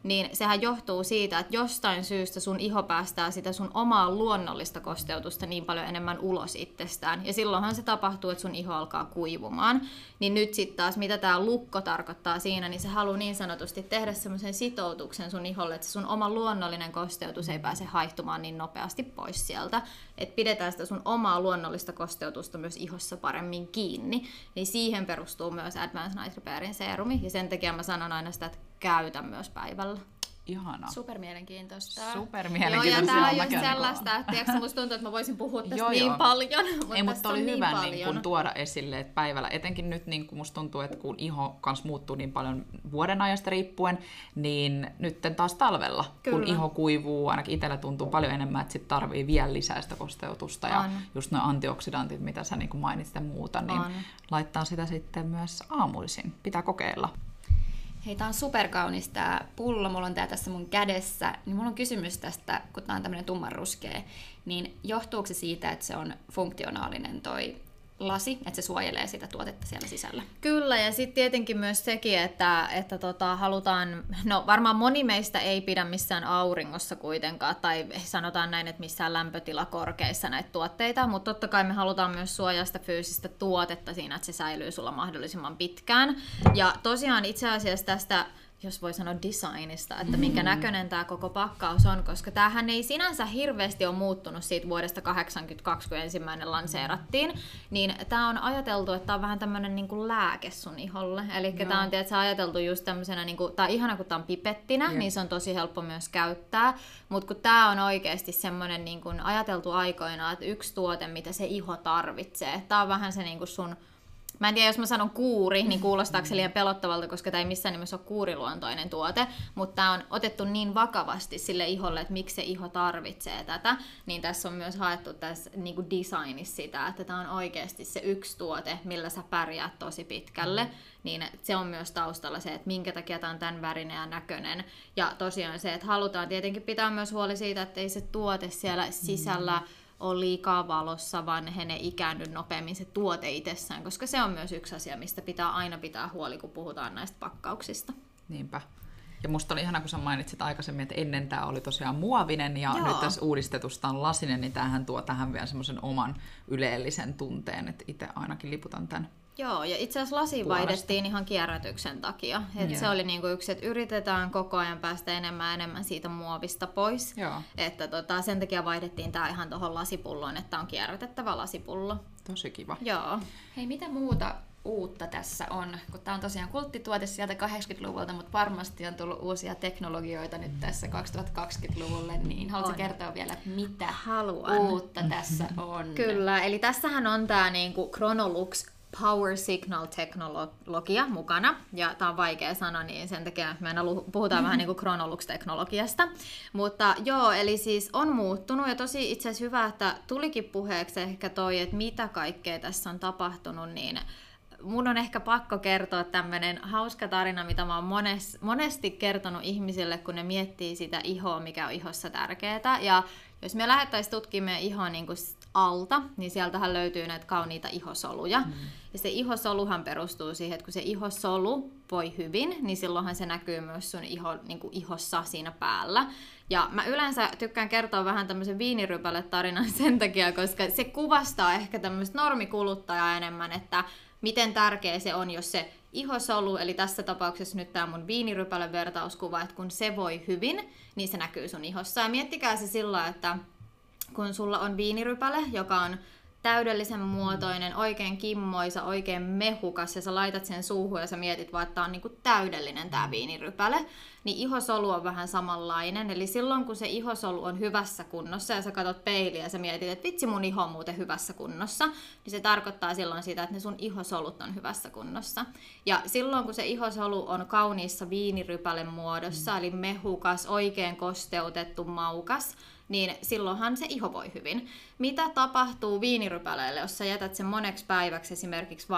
C: niin sehän johtuu siitä, että jostain syystä sun iho päästää sitä sun omaa luonnollista kosteutusta niin paljon enemmän ulos itsestään. Ja silloinhan se tapahtuu, että sun iho alkaa kuivumaan. Niin nyt sitten taas, mitä tämä lukko tarkoittaa siinä, niin se haluaa niin sanotusti tehdä semmoisen sitoutuksen sun iholle, että se sun oma luonnollinen kosteutus ei pääse haihtumaan niin nopeasti pois sieltä. Että pidetään sitä sun omaa luonnollista kosteutusta myös ihossa paremmin kiinni. Niin siihen perustuu myös Advanced Night Repairin serumi. Ja sen takia mä sanon aina sitä, että käytä myös päivällä.
B: Ihanaa.
A: Supermielenkiintoista.
B: Supermielenkiintoista.
C: Joo, ja tää on just sellaista, että tiiäks, musta tuntuu, että mä voisin puhua tästä niin paljon.
B: Mutta oli hyvä niin kun tuoda esille, että päivällä, etenkin nyt niin kun musta tuntuu, että kun iho kans muuttuu niin paljon vuodenajasta riippuen, niin nyt taas talvella, kyllä, kun iho kuivuu, ainakin itsellä tuntuu paljon enemmän, että sit tarvii vielä lisää sitä kosteutusta. Ja just nuo antioksidantit, mitä sä niin kun mainitsit ja muuta, niin laittaa sitä sitten myös aamuisin. Pitää kokeilla.
A: Hei, tää on superkaunis tää pullo, mulla on tää tässä mun kädessä, niin mulla on kysymys tästä, kun tää on tämmönen tummanruskea, niin johtuuko se siitä, että se on funktionaalinen toi lasi, että se suojelee sitä tuotetta siellä sisällä?
C: Kyllä, ja sitten tietenkin myös sekin, että halutaan, no varmaan moni meistä ei pidä missään auringossa kuitenkaan, tai sanotaan näin, että missään lämpötilakorkeissa näitä tuotteita, mutta totta kai me halutaan myös suojaa sitä fyysistä tuotetta siinä, että se säilyy sulla mahdollisimman pitkään. Ja tosiaan itse asiassa tästä, jos voi sanoa designista, että minkä näköinen tämä koko pakkaus on, koska tämähän ei sinänsä hirveästi ole muuttunut siitä vuodesta 1982, kun ensimmäinen lanseerattiin, niin tämä on ajateltu, että tämä on vähän tämmöinen niin kuin lääke sun iholle. Eli tämä on tietysti ajateltu just tämmöisenä, niin kuin, tämä on ihana, kun tämä on pipettinä, niin se on tosi helppo myös käyttää, mutta kun tämä on oikeasti semmoinen niin kuin ajateltu aikoinaan, että yksi tuote, mitä se iho tarvitsee, tämä on vähän se niin kuin sun. Mä en tiedä, jos mä sanon kuuri, niin kuulostaako se liian pelottavalta, koska tämä ei missään nimessä ole kuuriluontoinen tuote, mutta tämä on otettu niin vakavasti sille iholle, että miksi se iho tarvitsee tätä, niin tässä on myös haettu tässä niin kuin designissa sitä, että tämä on oikeasti se yksi tuote, millä sä pärjäät tosi pitkälle, niin se on myös taustalla se, että minkä takia tämä on tämän värinen ja näköinen. Ja tosiaan se, että halutaan tietenkin pitää myös huoli siitä, että ei se tuote siellä sisällä on liikaa valossa, vanhene, ikäänny nopeammin se tuote itsessään, koska se on myös yksi asia, mistä pitää aina pitää huoli, kun puhutaan näistä pakkauksista.
B: Niinpä. Ja musta oli ihana, kun sä mainitsit aikaisemmin, että ennen tämä oli tosiaan muovinen ja nyt tässä uudistetusta on lasinen, niin tämähän tuo tähän vielä semmoisen oman ylellisen tunteen, että itse ainakin liputan tämän.
C: Joo, ja itse asiassa lasi vaihdettiin ihan kierrätyksen takia. Et se oli niinku yksi, että yritetään koko ajan päästä enemmän siitä muovista pois. Joo. Että sen takia vaihdettiin tämä ihan tuohon lasipulloon, että on kierrätettävä lasipullo.
B: Tosi kiva.
C: Joo.
A: Hei, mitä muuta uutta tässä on? Kun tämä on tosiaan kulttituote sieltä 80-luvulta, mutta varmasti on tullut uusia teknologioita nyt tässä 2020-luvulle, niin haluatko kertoa vielä, että mitä uutta tässä on?
C: Kyllä, eli tässähän on tämä niinku Chronolux Power Signal-teknologia mukana, ja tämä on vaikea sana, niin sen takia me aina puhutaan vähän niin kuin Chronolux-teknologiasta. Mutta joo, eli siis on muuttunut, ja tosi itse asiassa hyvä, että tulikin puheeksi ehkä toi, että mitä kaikkea tässä on tapahtunut, niin mun on ehkä pakko kertoa tämmöinen hauska tarina, mitä mä oon monesti kertonut ihmisille, kun ne miettii sitä ihoa, mikä on ihossa tärkeää, ja jos me lähdettäisiin tutkimaan meidän ihoa niin kuin alta, niin sieltähän löytyy näitä kauniita ihosoluja. Ja se ihosoluhan perustuu siihen, että kun se ihosolu voi hyvin, niin silloinhan se näkyy myös sun ihossa siinä päällä. Ja mä yleensä tykkään kertoa vähän tämmöisen viinirypäle-tarinan sen takia, koska se kuvastaa ehkä tämmöistä normikuluttajaa enemmän, että miten tärkeä se on, jos se ihosolu, eli tässä tapauksessa nyt tämä mun viinirypälen vertauskuva, että kun se voi hyvin, niin se näkyy sun ihossa. Ja miettikää se sillä, että kun sulla on viinirypäle, joka on täydellisen muotoinen, oikein kimmoisa, oikein mehukas, ja sä laitat sen suuhun ja sä mietit vaan, että tää on niinku täydellinen tää viinirypäle, niin ihosolu on vähän samanlainen. Eli silloin, kun se ihosolu on hyvässä kunnossa ja sä katot peiliä ja sä mietit, että vitsi, mun iho on muuten hyvässä kunnossa, niin se tarkoittaa silloin sitä, että ne sun ihosolut on hyvässä kunnossa. Ja silloin, kun se ihosolu on kauniissa viinirypälen muodossa, eli mehukas, oikein kosteutettu, maukas, niin silloinhan se iho voi hyvin. Mitä tapahtuu viinirypäleelle, jos sä jätät sen moneksi päiväksi esimerkiksi vaan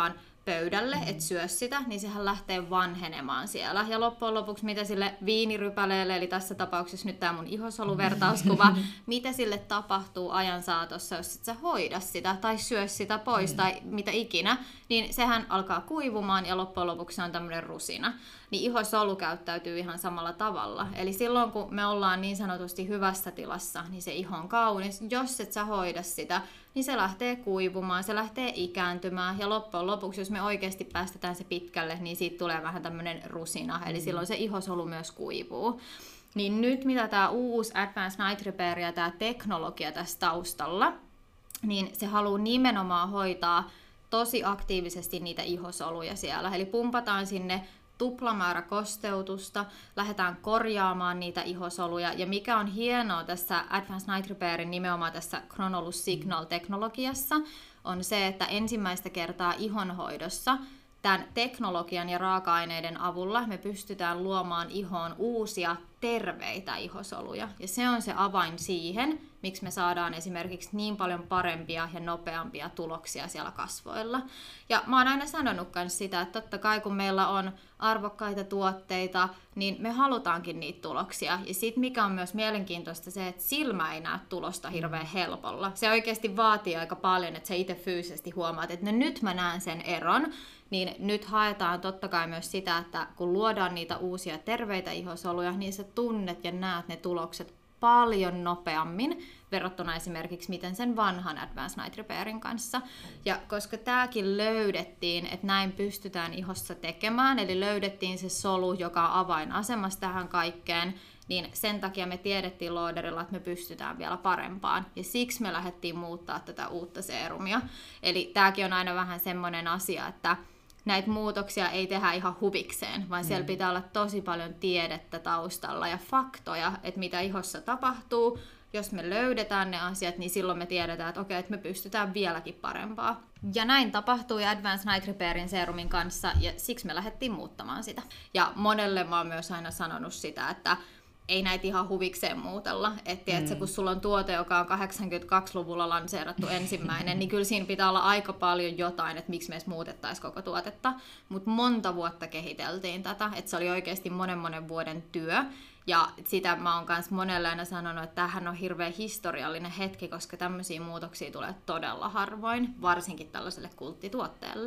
C: pöydälle, et syö sitä, niin sehän lähtee vanhenemaan siellä. Ja loppujen lopuksi, mitä sille viinirypäleelle, eli tässä tapauksessa nyt tämä mun ihosoluvertauskuva, mitä sille tapahtuu ajan saatossa, jos et sä hoida sitä tai syö sitä pois tai mitä ikinä, niin sehän alkaa kuivumaan ja loppujen lopuksi se on tämmöinen rusina. Niin ihosolu käyttäytyy ihan samalla tavalla. Eli silloin, kun me ollaan niin sanotusti hyvässä tilassa, niin se iho on kaunis. Jos et sä hoida sitä, niin se lähtee kuivumaan, se lähtee ikääntymään ja loppujen lopuksi, jos me oikeasti päästetään se pitkälle, niin siitä tulee vähän tämmöinen rusina, eli silloin se ihosolu myös kuivuu. Niin nyt mitä tämä uusi Advanced Night Repair ja tämä teknologia tässä taustalla, niin se haluaa nimenomaan hoitaa tosi aktiivisesti niitä ihosoluja siellä, eli pumpataan sinne tuplamäärä kosteutusta, lähdetään korjaamaan niitä ihosoluja. Ja mikä on hienoa tässä Advanced Night Repairin nimenomaan tässä Chronolus Signal-teknologiassa, on se, että ensimmäistä kertaa ihonhoidossa tämän teknologian ja raaka-aineiden avulla me pystytään luomaan ihoon uusia terveitä ihosoluja. Ja se on se avain siihen, miksi me saadaan esimerkiksi niin paljon parempia ja nopeampia tuloksia siellä kasvoilla. Ja mä oon aina sanonut myös sitä, että totta kai kun meillä on arvokkaita tuotteita, niin me halutaankin niitä tuloksia. Ja sitten mikä on myös mielenkiintoista se, että silmä ei näe tulosta hirveän helpolla. Se oikeasti vaatii aika paljon, että sä itse fyysisesti huomaat, että nyt mä näen sen eron. Niin nyt haetaan totta kai myös sitä, että kun luodaan niitä uusia terveitä ihosoluja, niin sä tunnet ja näet ne tulokset paljon nopeammin verrattuna esimerkiksi miten sen vanhan Advanced Night Repairin kanssa. Ja koska tämäkin löydettiin, että näin pystytään ihossa tekemään, eli löydettiin se solu, joka on avainasemassa tähän kaikkeen, niin sen takia me tiedettiin Lauderilla, että me pystytään vielä parempaan. Ja siksi me lähdettiin muuttaa tätä uutta seerumia. Eli tämäkin on aina vähän semmoinen asia, että näitä muutoksia ei tehdä ihan huvikseen, vaan siellä pitää olla tosi paljon tiedettä taustalla ja faktoja, että mitä ihossa tapahtuu. Jos me löydetään ne asiat, niin silloin me tiedetään, että okei, että me pystytään vieläkin parempaa. Ja näin tapahtui Advanced Night Repairin serumin kanssa, ja siksi me lähdettiin muuttamaan sitä. Ja monelle mä oon myös aina sanonut sitä, että ei näitä ihan huvikseen muutella. Että kun sulla on tuote, joka on 82-luvulla lanseerattu ensimmäinen, niin kyllä siinä pitää olla aika paljon jotain, että miksi me edes muutettaisiin koko tuotetta. Mutta monta vuotta kehiteltiin tätä, että se oli oikeasti monen vuoden työ. Ja sitä mä oon myös monelle aina sanonut, että tämähän on hirveän historiallinen hetki, koska tämmöisiä muutoksia tulee todella harvoin, varsinkin tällaiselle kulttituotteelle.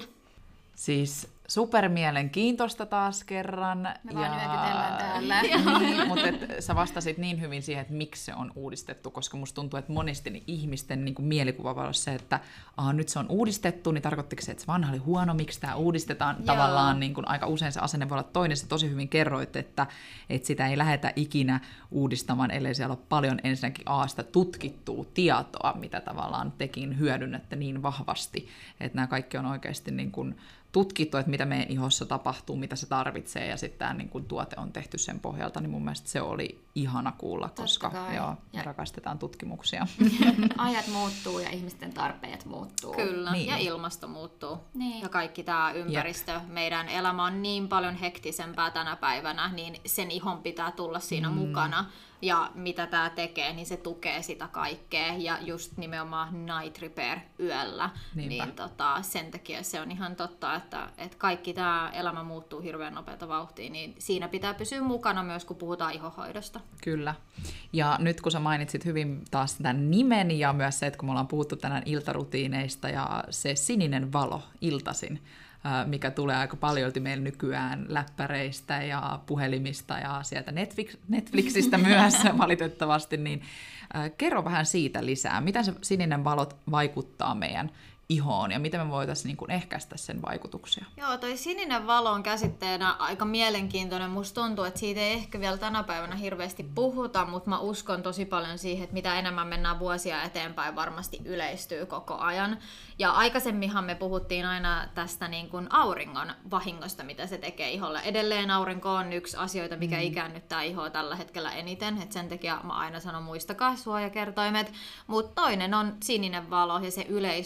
B: Siis supermielenkiintoista taas kerran.
C: Me vaan nyökytellään täällä.
B: Niin, mutta sä vastasit niin hyvin siihen, että miksi se on uudistettu, koska musta tuntuu, että monesti ihmisten niin kuin mielikuva voi olla se, että nyt se on uudistettu, niin tarkoittiko se, että se vanha oli huono, miksi tämä uudistetaan? Joo. Tavallaan niin kuin aika usein se asenne voi olla toinen. Sä tosi hyvin kerroit, että sitä ei lähdetä ikinä uudistamaan, ellei siellä ole paljon ensinnäkin sitä tutkittua tietoa, mitä tavallaan tekin hyödynnätte niin vahvasti, että nämä kaikki on oikeasti niin kuin tutkittu, että mitä meidän ihossa tapahtuu, mitä se tarvitsee, ja sitten tämä niin kun tuote on tehty sen pohjalta, niin mun mielestä se oli ihana kuulla, koska me rakastetaan tutkimuksia.
A: Ajat muuttuu ja ihmisten tarpeet muuttuu.
C: Kyllä, niin. Ja ilmasto muuttuu. Niin. Ja kaikki tämä ympäristö, meidän elämä on niin paljon hektisempää tänä päivänä, niin sen ihon pitää tulla siinä mukana. Ja mitä tämä tekee, niin se tukee sitä kaikkea. Ja just nimenomaan Night Repair yöllä. Niin sen takia se on ihan totta, että kaikki tämä elämä muuttuu hirveän nopeata vauhtia. Niin siinä pitää pysyä mukana myös, kun puhutaan ihohoidosta.
B: Kyllä. Ja nyt kun sä mainitsit hyvin taas tämän nimen ja myös se, että kun me ollaan puhuttu tänään iltarutiineista ja se sininen valo iltaisin, mikä tulee aika paljolti meillä nykyään läppäreistä ja puhelimista ja sieltä Netflixistä myös valitettavasti, niin kerro vähän siitä lisää. Miten se sininen valo vaikuttaa meidän ihoon ja miten me voitaisiin niin kuin ehkäistä sen vaikutuksia?
C: Joo, toi sininen valo on käsitteenä aika mielenkiintoinen. Musta tuntuu, että siitä ei ehkä vielä tänä päivänä hirveästi puhuta, mutta mä uskon tosi paljon siihen, että mitä enemmän mennään vuosia eteenpäin, varmasti yleistyy koko ajan. Ja aikaisemminhan me puhuttiin aina tästä niin kuin auringon vahingosta, mitä se tekee iholle. Edelleen aurinko on yksi asioita, mikä ikäännyttää ihoa tällä hetkellä eniten. Et sen takia mä aina sanon muistakaa suojakertoimet. Mutta toinen on sininen valo ja se yleistyy koko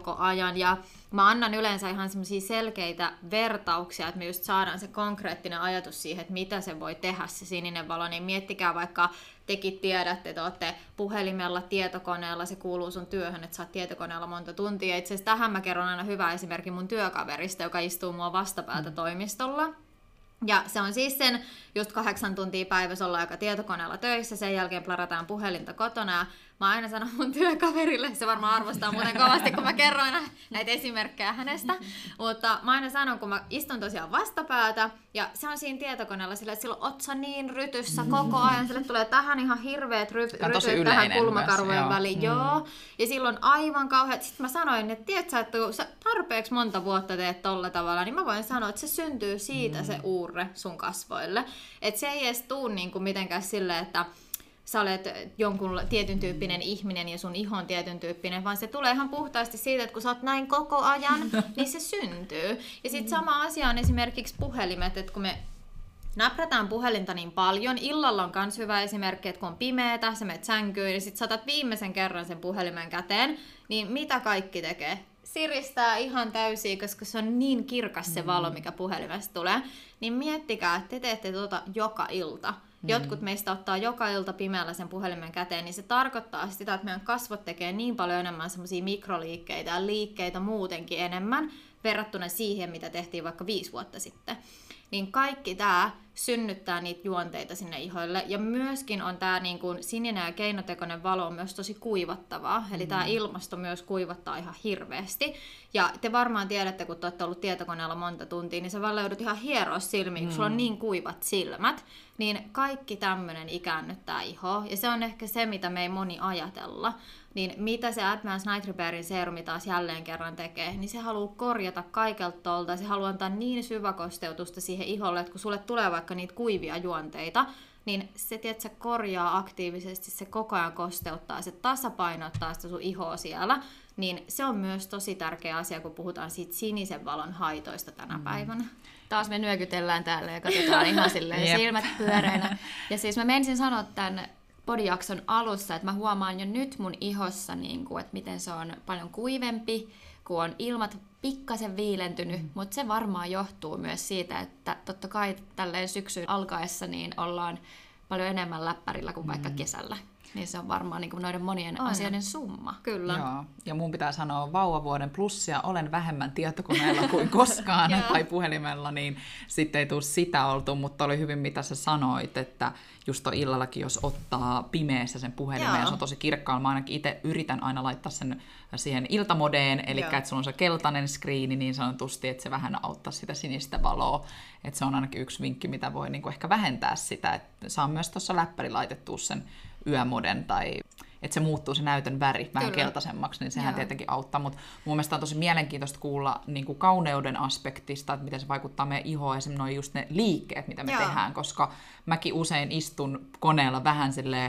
C: koko ajan. Ja mä annan yleensä ihan semmoisia selkeitä vertauksia, että me just saadaan se konkreettinen ajatus siihen, että mitä se voi tehdä se sininen valo. Niin miettikää vaikka tekin tiedätte, että olette puhelimella, tietokoneella, se kuuluu sun työhön, että sä oot tietokoneella monta tuntia. Itse asiassa tähän mä kerron aina hyvä esimerkki mun työkaverista, joka istuu mua vastapäätä toimistolla. Ja se on siis sen just 8 tuntia päivässä olla aika tietokoneella töissä, sen jälkeen plarataan puhelinta kotona. Ja mä aina sanon mun työkaverille, se varmaan arvostaa muuten kovasti, kun mä kerroin näitä esimerkkejä hänestä. Mutta mä aina sanon, kun mä istun tosiaan vastapäätä, ja se on siinä tietokoneella sillä, että silloin otsa niin rytyssä koko ajan, sille tulee tähän ihan hirveät rytyt tähän kulmakarvojen väliin. Joo. Ja silloin aivan kauheat. Sitten mä sanoin, että tiedätkö, että kun sä tarpeeksi monta vuotta teet tolla tavalla, niin mä voin sanoa, että se syntyy siitä se uurre sun kasvoille. Että se ei edes tuu niinku mitenkään silleen, että sä olet jonkun tietyn tyyppinen ihminen ja sun iho on tietyn tyyppinen, vaan se tulee ihan puhtaasti siitä, että kun sä oot näin koko ajan, niin se syntyy. Ja sitten sama asia on esimerkiksi puhelimet, että kun me näprätään puhelinta niin paljon, illalla on myös hyvä esimerkki, että kun on pimeätä, sä menet sänkyyn ja sit saatat viimeisen kerran sen puhelimen käteen, niin mitä kaikki tekee? Siristää ihan täysin, koska se on niin kirkas se valo, mikä puhelimesta tulee. Niin miettikää, että te teette tuota joka ilta. Jotkut meistä ottaa joka ilta pimeällä sen puhelimen käteen, niin se tarkoittaa sitä, että meidän kasvot tekee niin paljon enemmän semmoisia mikroliikkeitä ja liikkeitä muutenkin enemmän verrattuna siihen, mitä tehtiin vaikka 5 vuotta sitten. Niin kaikki tämä synnyttää niitä juonteita sinne ihoille. Ja myöskin on tämä niin kuin sininen ja keinotekoinen valo on myös tosi kuivattavaa. Eli tämä ilmasto myös kuivattaa ihan hirveästi. Ja te varmaan tiedätte, kun te olette ollut tietokoneella monta tuntia, niin sä vaan löydät ihan hieroa silmiin, kun sulla on niin kuivat silmät. Niin kaikki tämmöinen ikäännyttää ihoa. Ja se on ehkä se, mitä me ei moni ajatella. Niin mitä se Advanced Night Repairin serumi taas jälleen kerran tekee, niin se haluaa korjata kaikelta tolta. Se haluaa antaa niin syväkosteutusta siihen iholle, että kun sulle tulee vaikka niitä kuivia juonteita, niin se, tiedät, korjaa aktiivisesti, se koko ajan kosteuttaa, se tasapainottaa sitä sun ihoa siellä. Niin se on myös tosi tärkeä asia, kun puhutaan siitä sinisen valon haitoista tänä päivänä.
A: Taas me nyökytellään täällä ja katsotaan ihan silleen silmät pyöreinä. Ja siis mä menisin sanoa tämän podijakson alussa, että mä huomaan jo nyt mun ihossa, niin kuin, että miten se on paljon kuivempi, kun on ilmat pikkasen viilentynyt, mutta se varmaan johtuu myös siitä, että totta kai tälleen syksyn alkaessa niin ollaan paljon enemmän läppärillä kuin vaikka kesällä. Niin se on varmaan niin kuin noiden monien asioiden summa.
C: Kyllä.
B: Joo. Ja mun pitää sanoa vauvavuoden plussia, olen vähemmän tietokoneella kuin koskaan tai puhelimella, niin sitten ei tule sitä oltu, mutta oli hyvin mitä sä sanoit, että just illallakin, jos ottaa pimeässä sen puhelimen, ja se on tosi kirkkaalla, mä ainakin itse yritän aina laittaa sen siihen iltamodeen, eli että sulla on se keltainen screeni niin sanotusti, että se vähän auttaa sitä sinistä valoa, että se on ainakin yksi vinkki, mitä voi niinku ehkä vähentää sitä, että saa myös tuossa läppäri laitettua sen yömoden tai että se muuttuu se näytön väri vähän keltaisemmaksi, niin sehän tietenkin auttaa. Mutta mun mielestä on tosi mielenkiintoista kuulla niin kuin kauneuden aspektista, että miten se vaikuttaa meidän ihoon, esimerkiksi just ne liikkeet, mitä me tehdään, koska mäkin usein istun koneella vähän silleen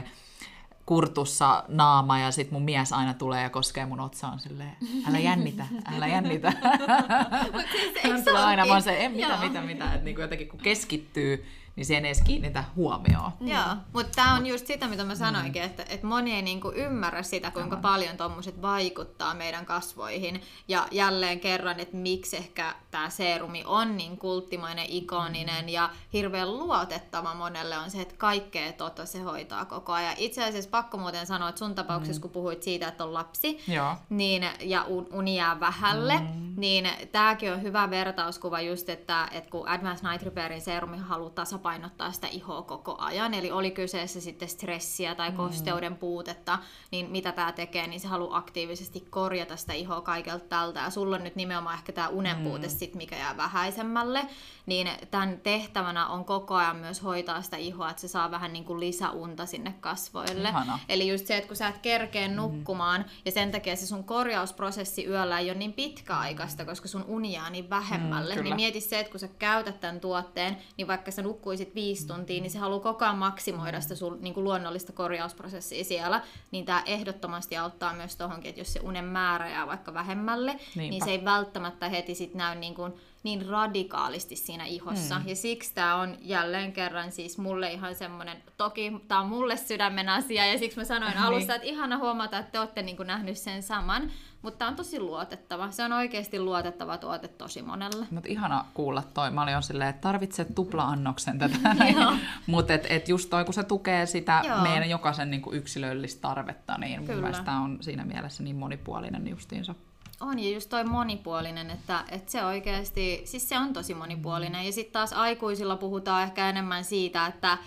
B: kurtussa naama ja sit mun mies aina tulee ja koskee mun otsaan silleen, älä jännitä, älä jännitä. Hän tulee aina vaan se, mitä, että niin kuin jotenkin kun keskittyy, niin siihen ei edes kiinnitä huomioon.
C: Joo, mutta tämä on just sitä, mitä mä sanoinkin, että moni ei niinku ymmärrä sitä, kuinka paljon tommoset vaikuttaa meidän kasvoihin. Ja jälleen kerran, että miksi ehkä tämä seerumi on niin kulttimainen, ikoninen ja hirveän luotettava monelle on se, että kaikkea se hoitaa koko ajan. Itse asiassa pakko muuten sanoa, että sun tapauksessa, kun puhuit siitä, että on lapsi niin, ja uni jää vähälle, niin tämäkin on hyvä vertauskuva just, että kun Advanced Night Repairin seerumi haluaa tasapainottaa sitä ihoa koko ajan, eli oli kyseessä sitten stressiä tai kosteuden puutetta, niin mitä tämä tekee, niin se haluaa aktiivisesti korjata sitä ihoa kaikelta tältä, ja sulla on nyt nimenomaan ehkä tämä unenpuute sit, mikä jää vähäisemmälle, niin tämän tehtävänä on koko ajan myös hoitaa sitä ihoa, että se saa vähän niin kuin lisäunta sinne kasvoille.
B: Ihana.
C: Eli just se, että kun sä et kerkee nukkumaan, ja sen takia se sun korjausprosessi yöllä ei ole niin pitkäaikaista, koska sun uni jää niin vähemmälle, niin mieti se, että kun sä käytät tämän tuotteen, niin vaikka sä nukkuisit 5 tuntia, niin se haluaa koko ajan maksimoida sitä sun niin kuin luonnollista korjausprosessia siellä, niin tämä ehdottomasti auttaa myös tohonkin, että jos se unen määrä jää vaikka vähemmälle, niin se ei välttämättä heti sit näy niin radikaalisti siinä ihossa. Ja siksi tämä on jälleen kerran siis mulle ihan semmoinen, toki tämä on mulle sydämen asia, ja siksi mä sanoin alussa, että ihana huomata, että te olette niin kuin nähnyt sen saman, mutta on tosi luotettava. Se on oikeasti luotettava tuote tosi monelle.
B: Mutta ihana kuulla toi. Mä olin jo silleen, että tarvitset tupla-annoksen tätä. Mutta et just toi, kun se tukee sitä meidän jokaisen niinku yksilöllistä tarvetta, niin mun mielestä on siinä mielessä niin monipuolinen justiinsa.
C: On, ja just toi monipuolinen, että se oikeasti, siis se on tosi monipuolinen. Ja sitten taas aikuisilla puhutaan ehkä enemmän siitä, että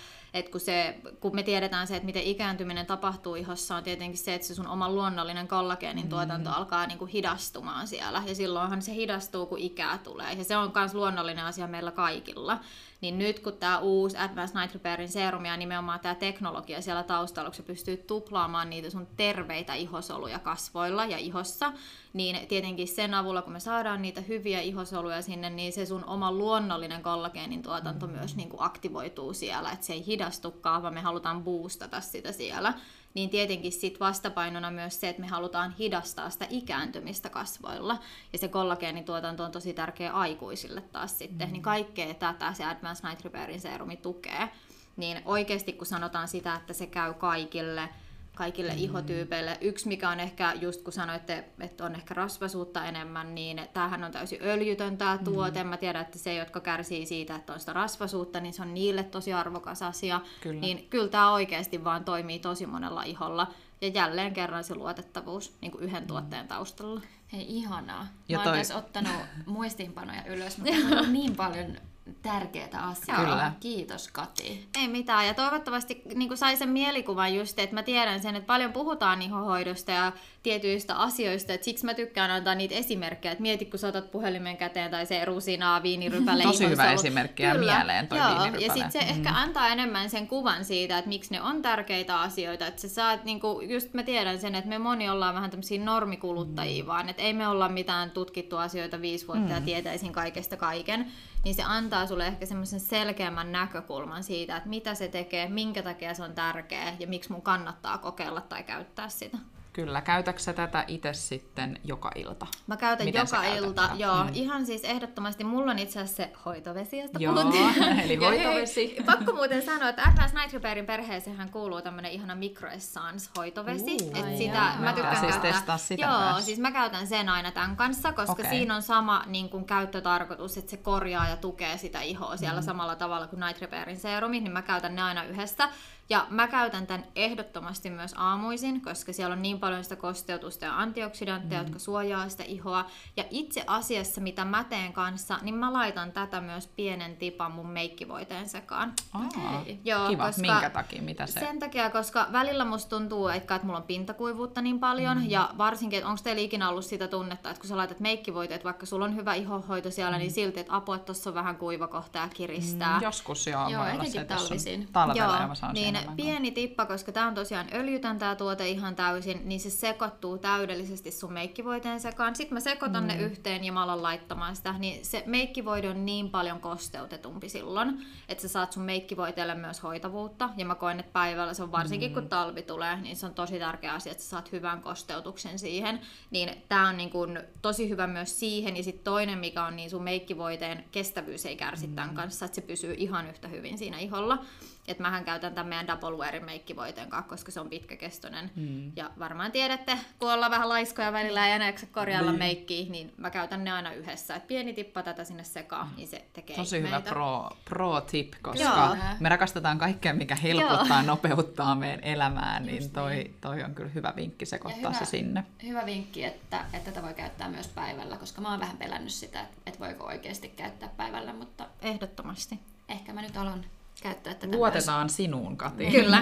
C: kun me tiedetään se, että miten ikääntyminen tapahtuu ihossa, on tietenkin se, että se sun oma luonnollinen kollageenin tuotanto alkaa niinku hidastumaan siellä. Ja silloinhan se hidastuu, kun ikää tulee. Ja se on myös luonnollinen asia meillä kaikilla. Niin nyt kun tämä uusi Advanced Night Repairin serum ja nimenomaan tämä teknologia siellä taustalla, kun se pystyy tuplaamaan niitä sun terveitä ihosoluja kasvoilla ja ihossa, niin tietenkin sen avulla, kun me saadaan niitä hyviä ihosoluja sinne, niin se sun oma luonnollinen kollageenin tuotanto myös niin kuin aktivoituu siellä, että se ei hidastukaan, vaan me halutaan boostata sitä siellä. Niin tietenkin sit vastapainona myös se, että me halutaan hidastaa sitä ikääntymistä kasvoilla. Ja se kollageenituotanto on tosi tärkeä aikuisille taas sitten. Niin kaikkea tätä se Advanced Night Repairin serumi tukee. Niin oikeasti kun sanotaan sitä, että se käy kaikille ihotyypeille. Yksi, mikä on ehkä, just kun sanoitte, että on ehkä rasvasuutta enemmän, niin tämähän on täysin öljytön tämä tuote. Mä tiedän, että se, jotka kärsii siitä, että on sitä rasvasuutta, niin se on niille tosi arvokas asia. Kyllä. Niin kyllä tämä oikeasti vaan toimii tosi monella iholla. Ja jälleen kerran se luotettavuus niin kuin yhden tuotteen taustalla.
A: Hei, ihanaa. Mä oon tässä ottanut muistiinpanoja ylös, mutta on niin paljon tärkeää asiaa. Kyllä. Kiitos, Kati.
C: Ei mitään, ja toivottavasti niin sai sen mielikuvan just, että mä tiedän sen, että paljon puhutaan ihohoidosta ja tietyistä asioista, että siksi mä tykkään antaa niitä esimerkkejä, että mieti, kun sä otat puhelimen käteen tai se rusinaa, viinirypäle.
B: Tosi hyvä esimerkki ja mieleen toi viinirypäle.
C: Ja sitten se ehkä antaa enemmän sen kuvan siitä, että miksi ne on tärkeitä asioita, että sä saat, niin kuin, just mä tiedän sen, että me moni ollaan vähän tämmöisiä normikuluttajia vaan, että ei me olla mitään tutkittua asioita 5 vuotta ja tietäisin kaikesta kaiken, niin se antaa sulle ehkä semmoisen selkeämmän näkökulman siitä, että mitä se tekee, minkä takia se on tärkeä ja miksi mun kannattaa kokeilla tai käyttää sitä.
B: Kyllä, käytätkö sä tätä itse sitten joka ilta?
C: Mä käytän miten joka ilta, joo. Ihan siis ehdottomasti. Mulla on itse asiassa se hoitovesi, josta puhuttiin.
B: Eli hoitovesi.
C: Hei, pakko muuten sanoa, että Advanced Night Repairin perheeseen kuuluu tämmönen ihana Microessence hoitovesi. Että sitä mä tykkään
B: siis testaa sitä
C: joo,
B: myös.
C: Siis mä käytän sen aina tämän kanssa, koska siinä on sama niin kuin käyttötarkoitus, että se korjaa ja tukee sitä ihoa siellä samalla tavalla kuin Night Repairin serumi, niin mä käytän ne aina yhdessä. Ja mä käytän tämän ehdottomasti myös aamuisin, koska siellä on niin paljon sitä kosteutusta ja antioksidantteja, jotka suojaa sitä ihoa. Ja itse asiassa, mitä mä teen kanssa, niin mä laitan tätä myös pienen tipan mun meikkivoiteen sekaan.
B: Joo, kiva. Koska minkä takia? Mitä se?
C: Sen takia, koska välillä musta tuntuu, että mulla on pintakuivuutta niin paljon. Ja varsinkin, että onko teillä ikinä ollut sitä tunnetta, että kun sä laitat meikkivoiteet, vaikka sulla on hyvä ihohoito siellä, niin silti, että apua, että tossa on vähän kuivakohta ja kiristää.
B: Joskus joo
A: etenkin talvisin.
B: Talvella ja mä saan
C: niin pieni tippa, koska tää on tosiaan öljytön tää tuote ihan täysin, niin se sekoittuu täydellisesti sun meikkivoiteen sekaan. Sitten mä sekoitan ne yhteen ja mä alan laittamaan sitä, niin se meikkivoide on niin paljon kosteutetumpi silloin, että sä saat sun meikkivoiteelle myös hoitavuutta. Ja mä koen, että päivällä se on varsinkin kun talvi tulee, niin se on tosi tärkeä asia, että sä saat hyvän kosteutuksen siihen. Niin tää on niin kun tosi hyvä myös siihen. Ja sitten toinen, mikä on, niin sun meikkivoiteen kestävyys ei kärsi tämän kanssa, että se pysyy ihan yhtä hyvin siinä iholla. Että mähän käytän tämän meidän Double Wearin meikkivoiteen kanssa, koska se on pitkäkestoinen. Ja varmaan tiedätte, kun ollaan vähän laiskoja välillä ja enää korjailla meikkiä, niin mä käytän ne aina yhdessä. Et pieni tippa tätä sinne sekaan, niin se tekee
B: tosi hyvä pro tip, koska me rakastetaan kaikkea, mikä helpottaa, nopeuttaa meidän elämään, niin toi on kyllä hyvä vinkki sekoittaa se sinne.
A: Hyvä vinkki, että tätä voi käyttää myös päivällä, koska mä oon vähän pelännyt sitä, että voiko oikeasti käyttää päivällä, mutta
C: ehdottomasti.
A: Ehkä mä nyt aloin käyttää tätä.
B: Luotetaan myös sinuun, Kati.
C: Kyllä.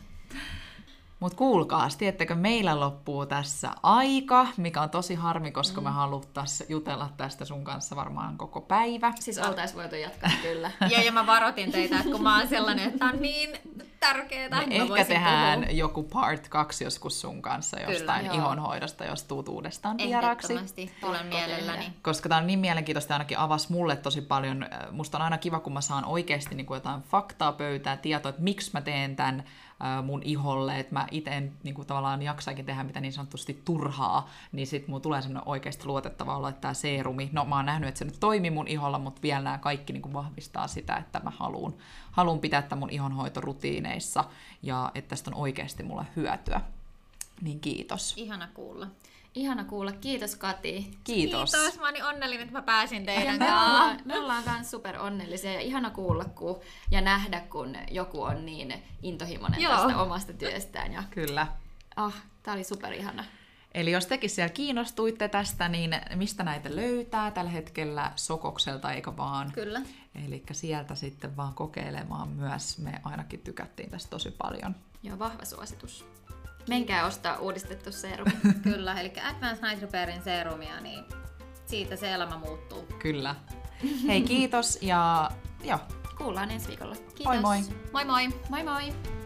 B: Mutta kuulkaas, tiedättekö, meillä loppuu tässä aika, mikä on tosi harmi, koska me haluttaisiin jutella tästä sun kanssa varmaan koko päivä.
A: Siis oltais voitu jatkaa kyllä.
C: Joo, ja mä varoitin teitä, että kun mä oon sellainen, että on niin tärkeetä.
B: Ehkä tehdään joku part 2 joskus sun kanssa jostain ihonhoidosta, jos tuut uudestaan vieraksi.
C: Ehdottomasti, tulen mielelläni.
B: Koska tää on niin mielenkiintoista, ainakin avasi mulle tosi paljon. Musta on aina kiva, kun mä saan oikeasti niin kuin jotain faktaa pöytään, tietoa, että miksi mä teen tämän mun iholle, että mä itse en niin kuin tavallaan jaksaikin tehdä mitä niin sanotusti turhaa, niin sit mun tulee semmoinen oikeasti luotettava olo, että tää seerumi, no mä oon nähnyt, että se nyt toimii mun iholla, mutta vielä nämä kaikki niin kuin vahvistaa sitä, että mä haluun pitää tämän mun ihonhoitorutiineissa ja että tästä on oikeasti mulle hyötyä. Niin kiitos.
C: Ihana kuulla.
A: Ihana kuulla. Kiitos Kati.
B: Kiitos.
C: Kiitos, mä oon niin onnellinen, että mä pääsin teidän kanssa.
A: Me ollaan myös super onnellisia ja ihana kuulla ja nähdä, kun joku on niin intohimoinen tästä omasta työstään. Ja...
B: Kyllä.
A: Tää oli super ihana.
B: Eli jos tekin siellä kiinnostuitte tästä, niin mistä näitä löytää tällä hetkellä Sokokselta, eikö vaan?
C: Kyllä.
B: Eli sieltä sitten vaan kokeilemaan myös. Me ainakin tykättiin tästä tosi paljon.
A: Joo, vahva suositus. Menkää ostaa uudistettu serumi.
C: Kyllä, eli Advanced Night Repairin serumia, niin siitä se elämä muuttuu.
B: Kyllä. Hei, kiitos ja joo.
A: Kuullaan ensi viikolla.
C: Kiitos.
B: Moi moi.
C: Moi moi.
A: Moi moi!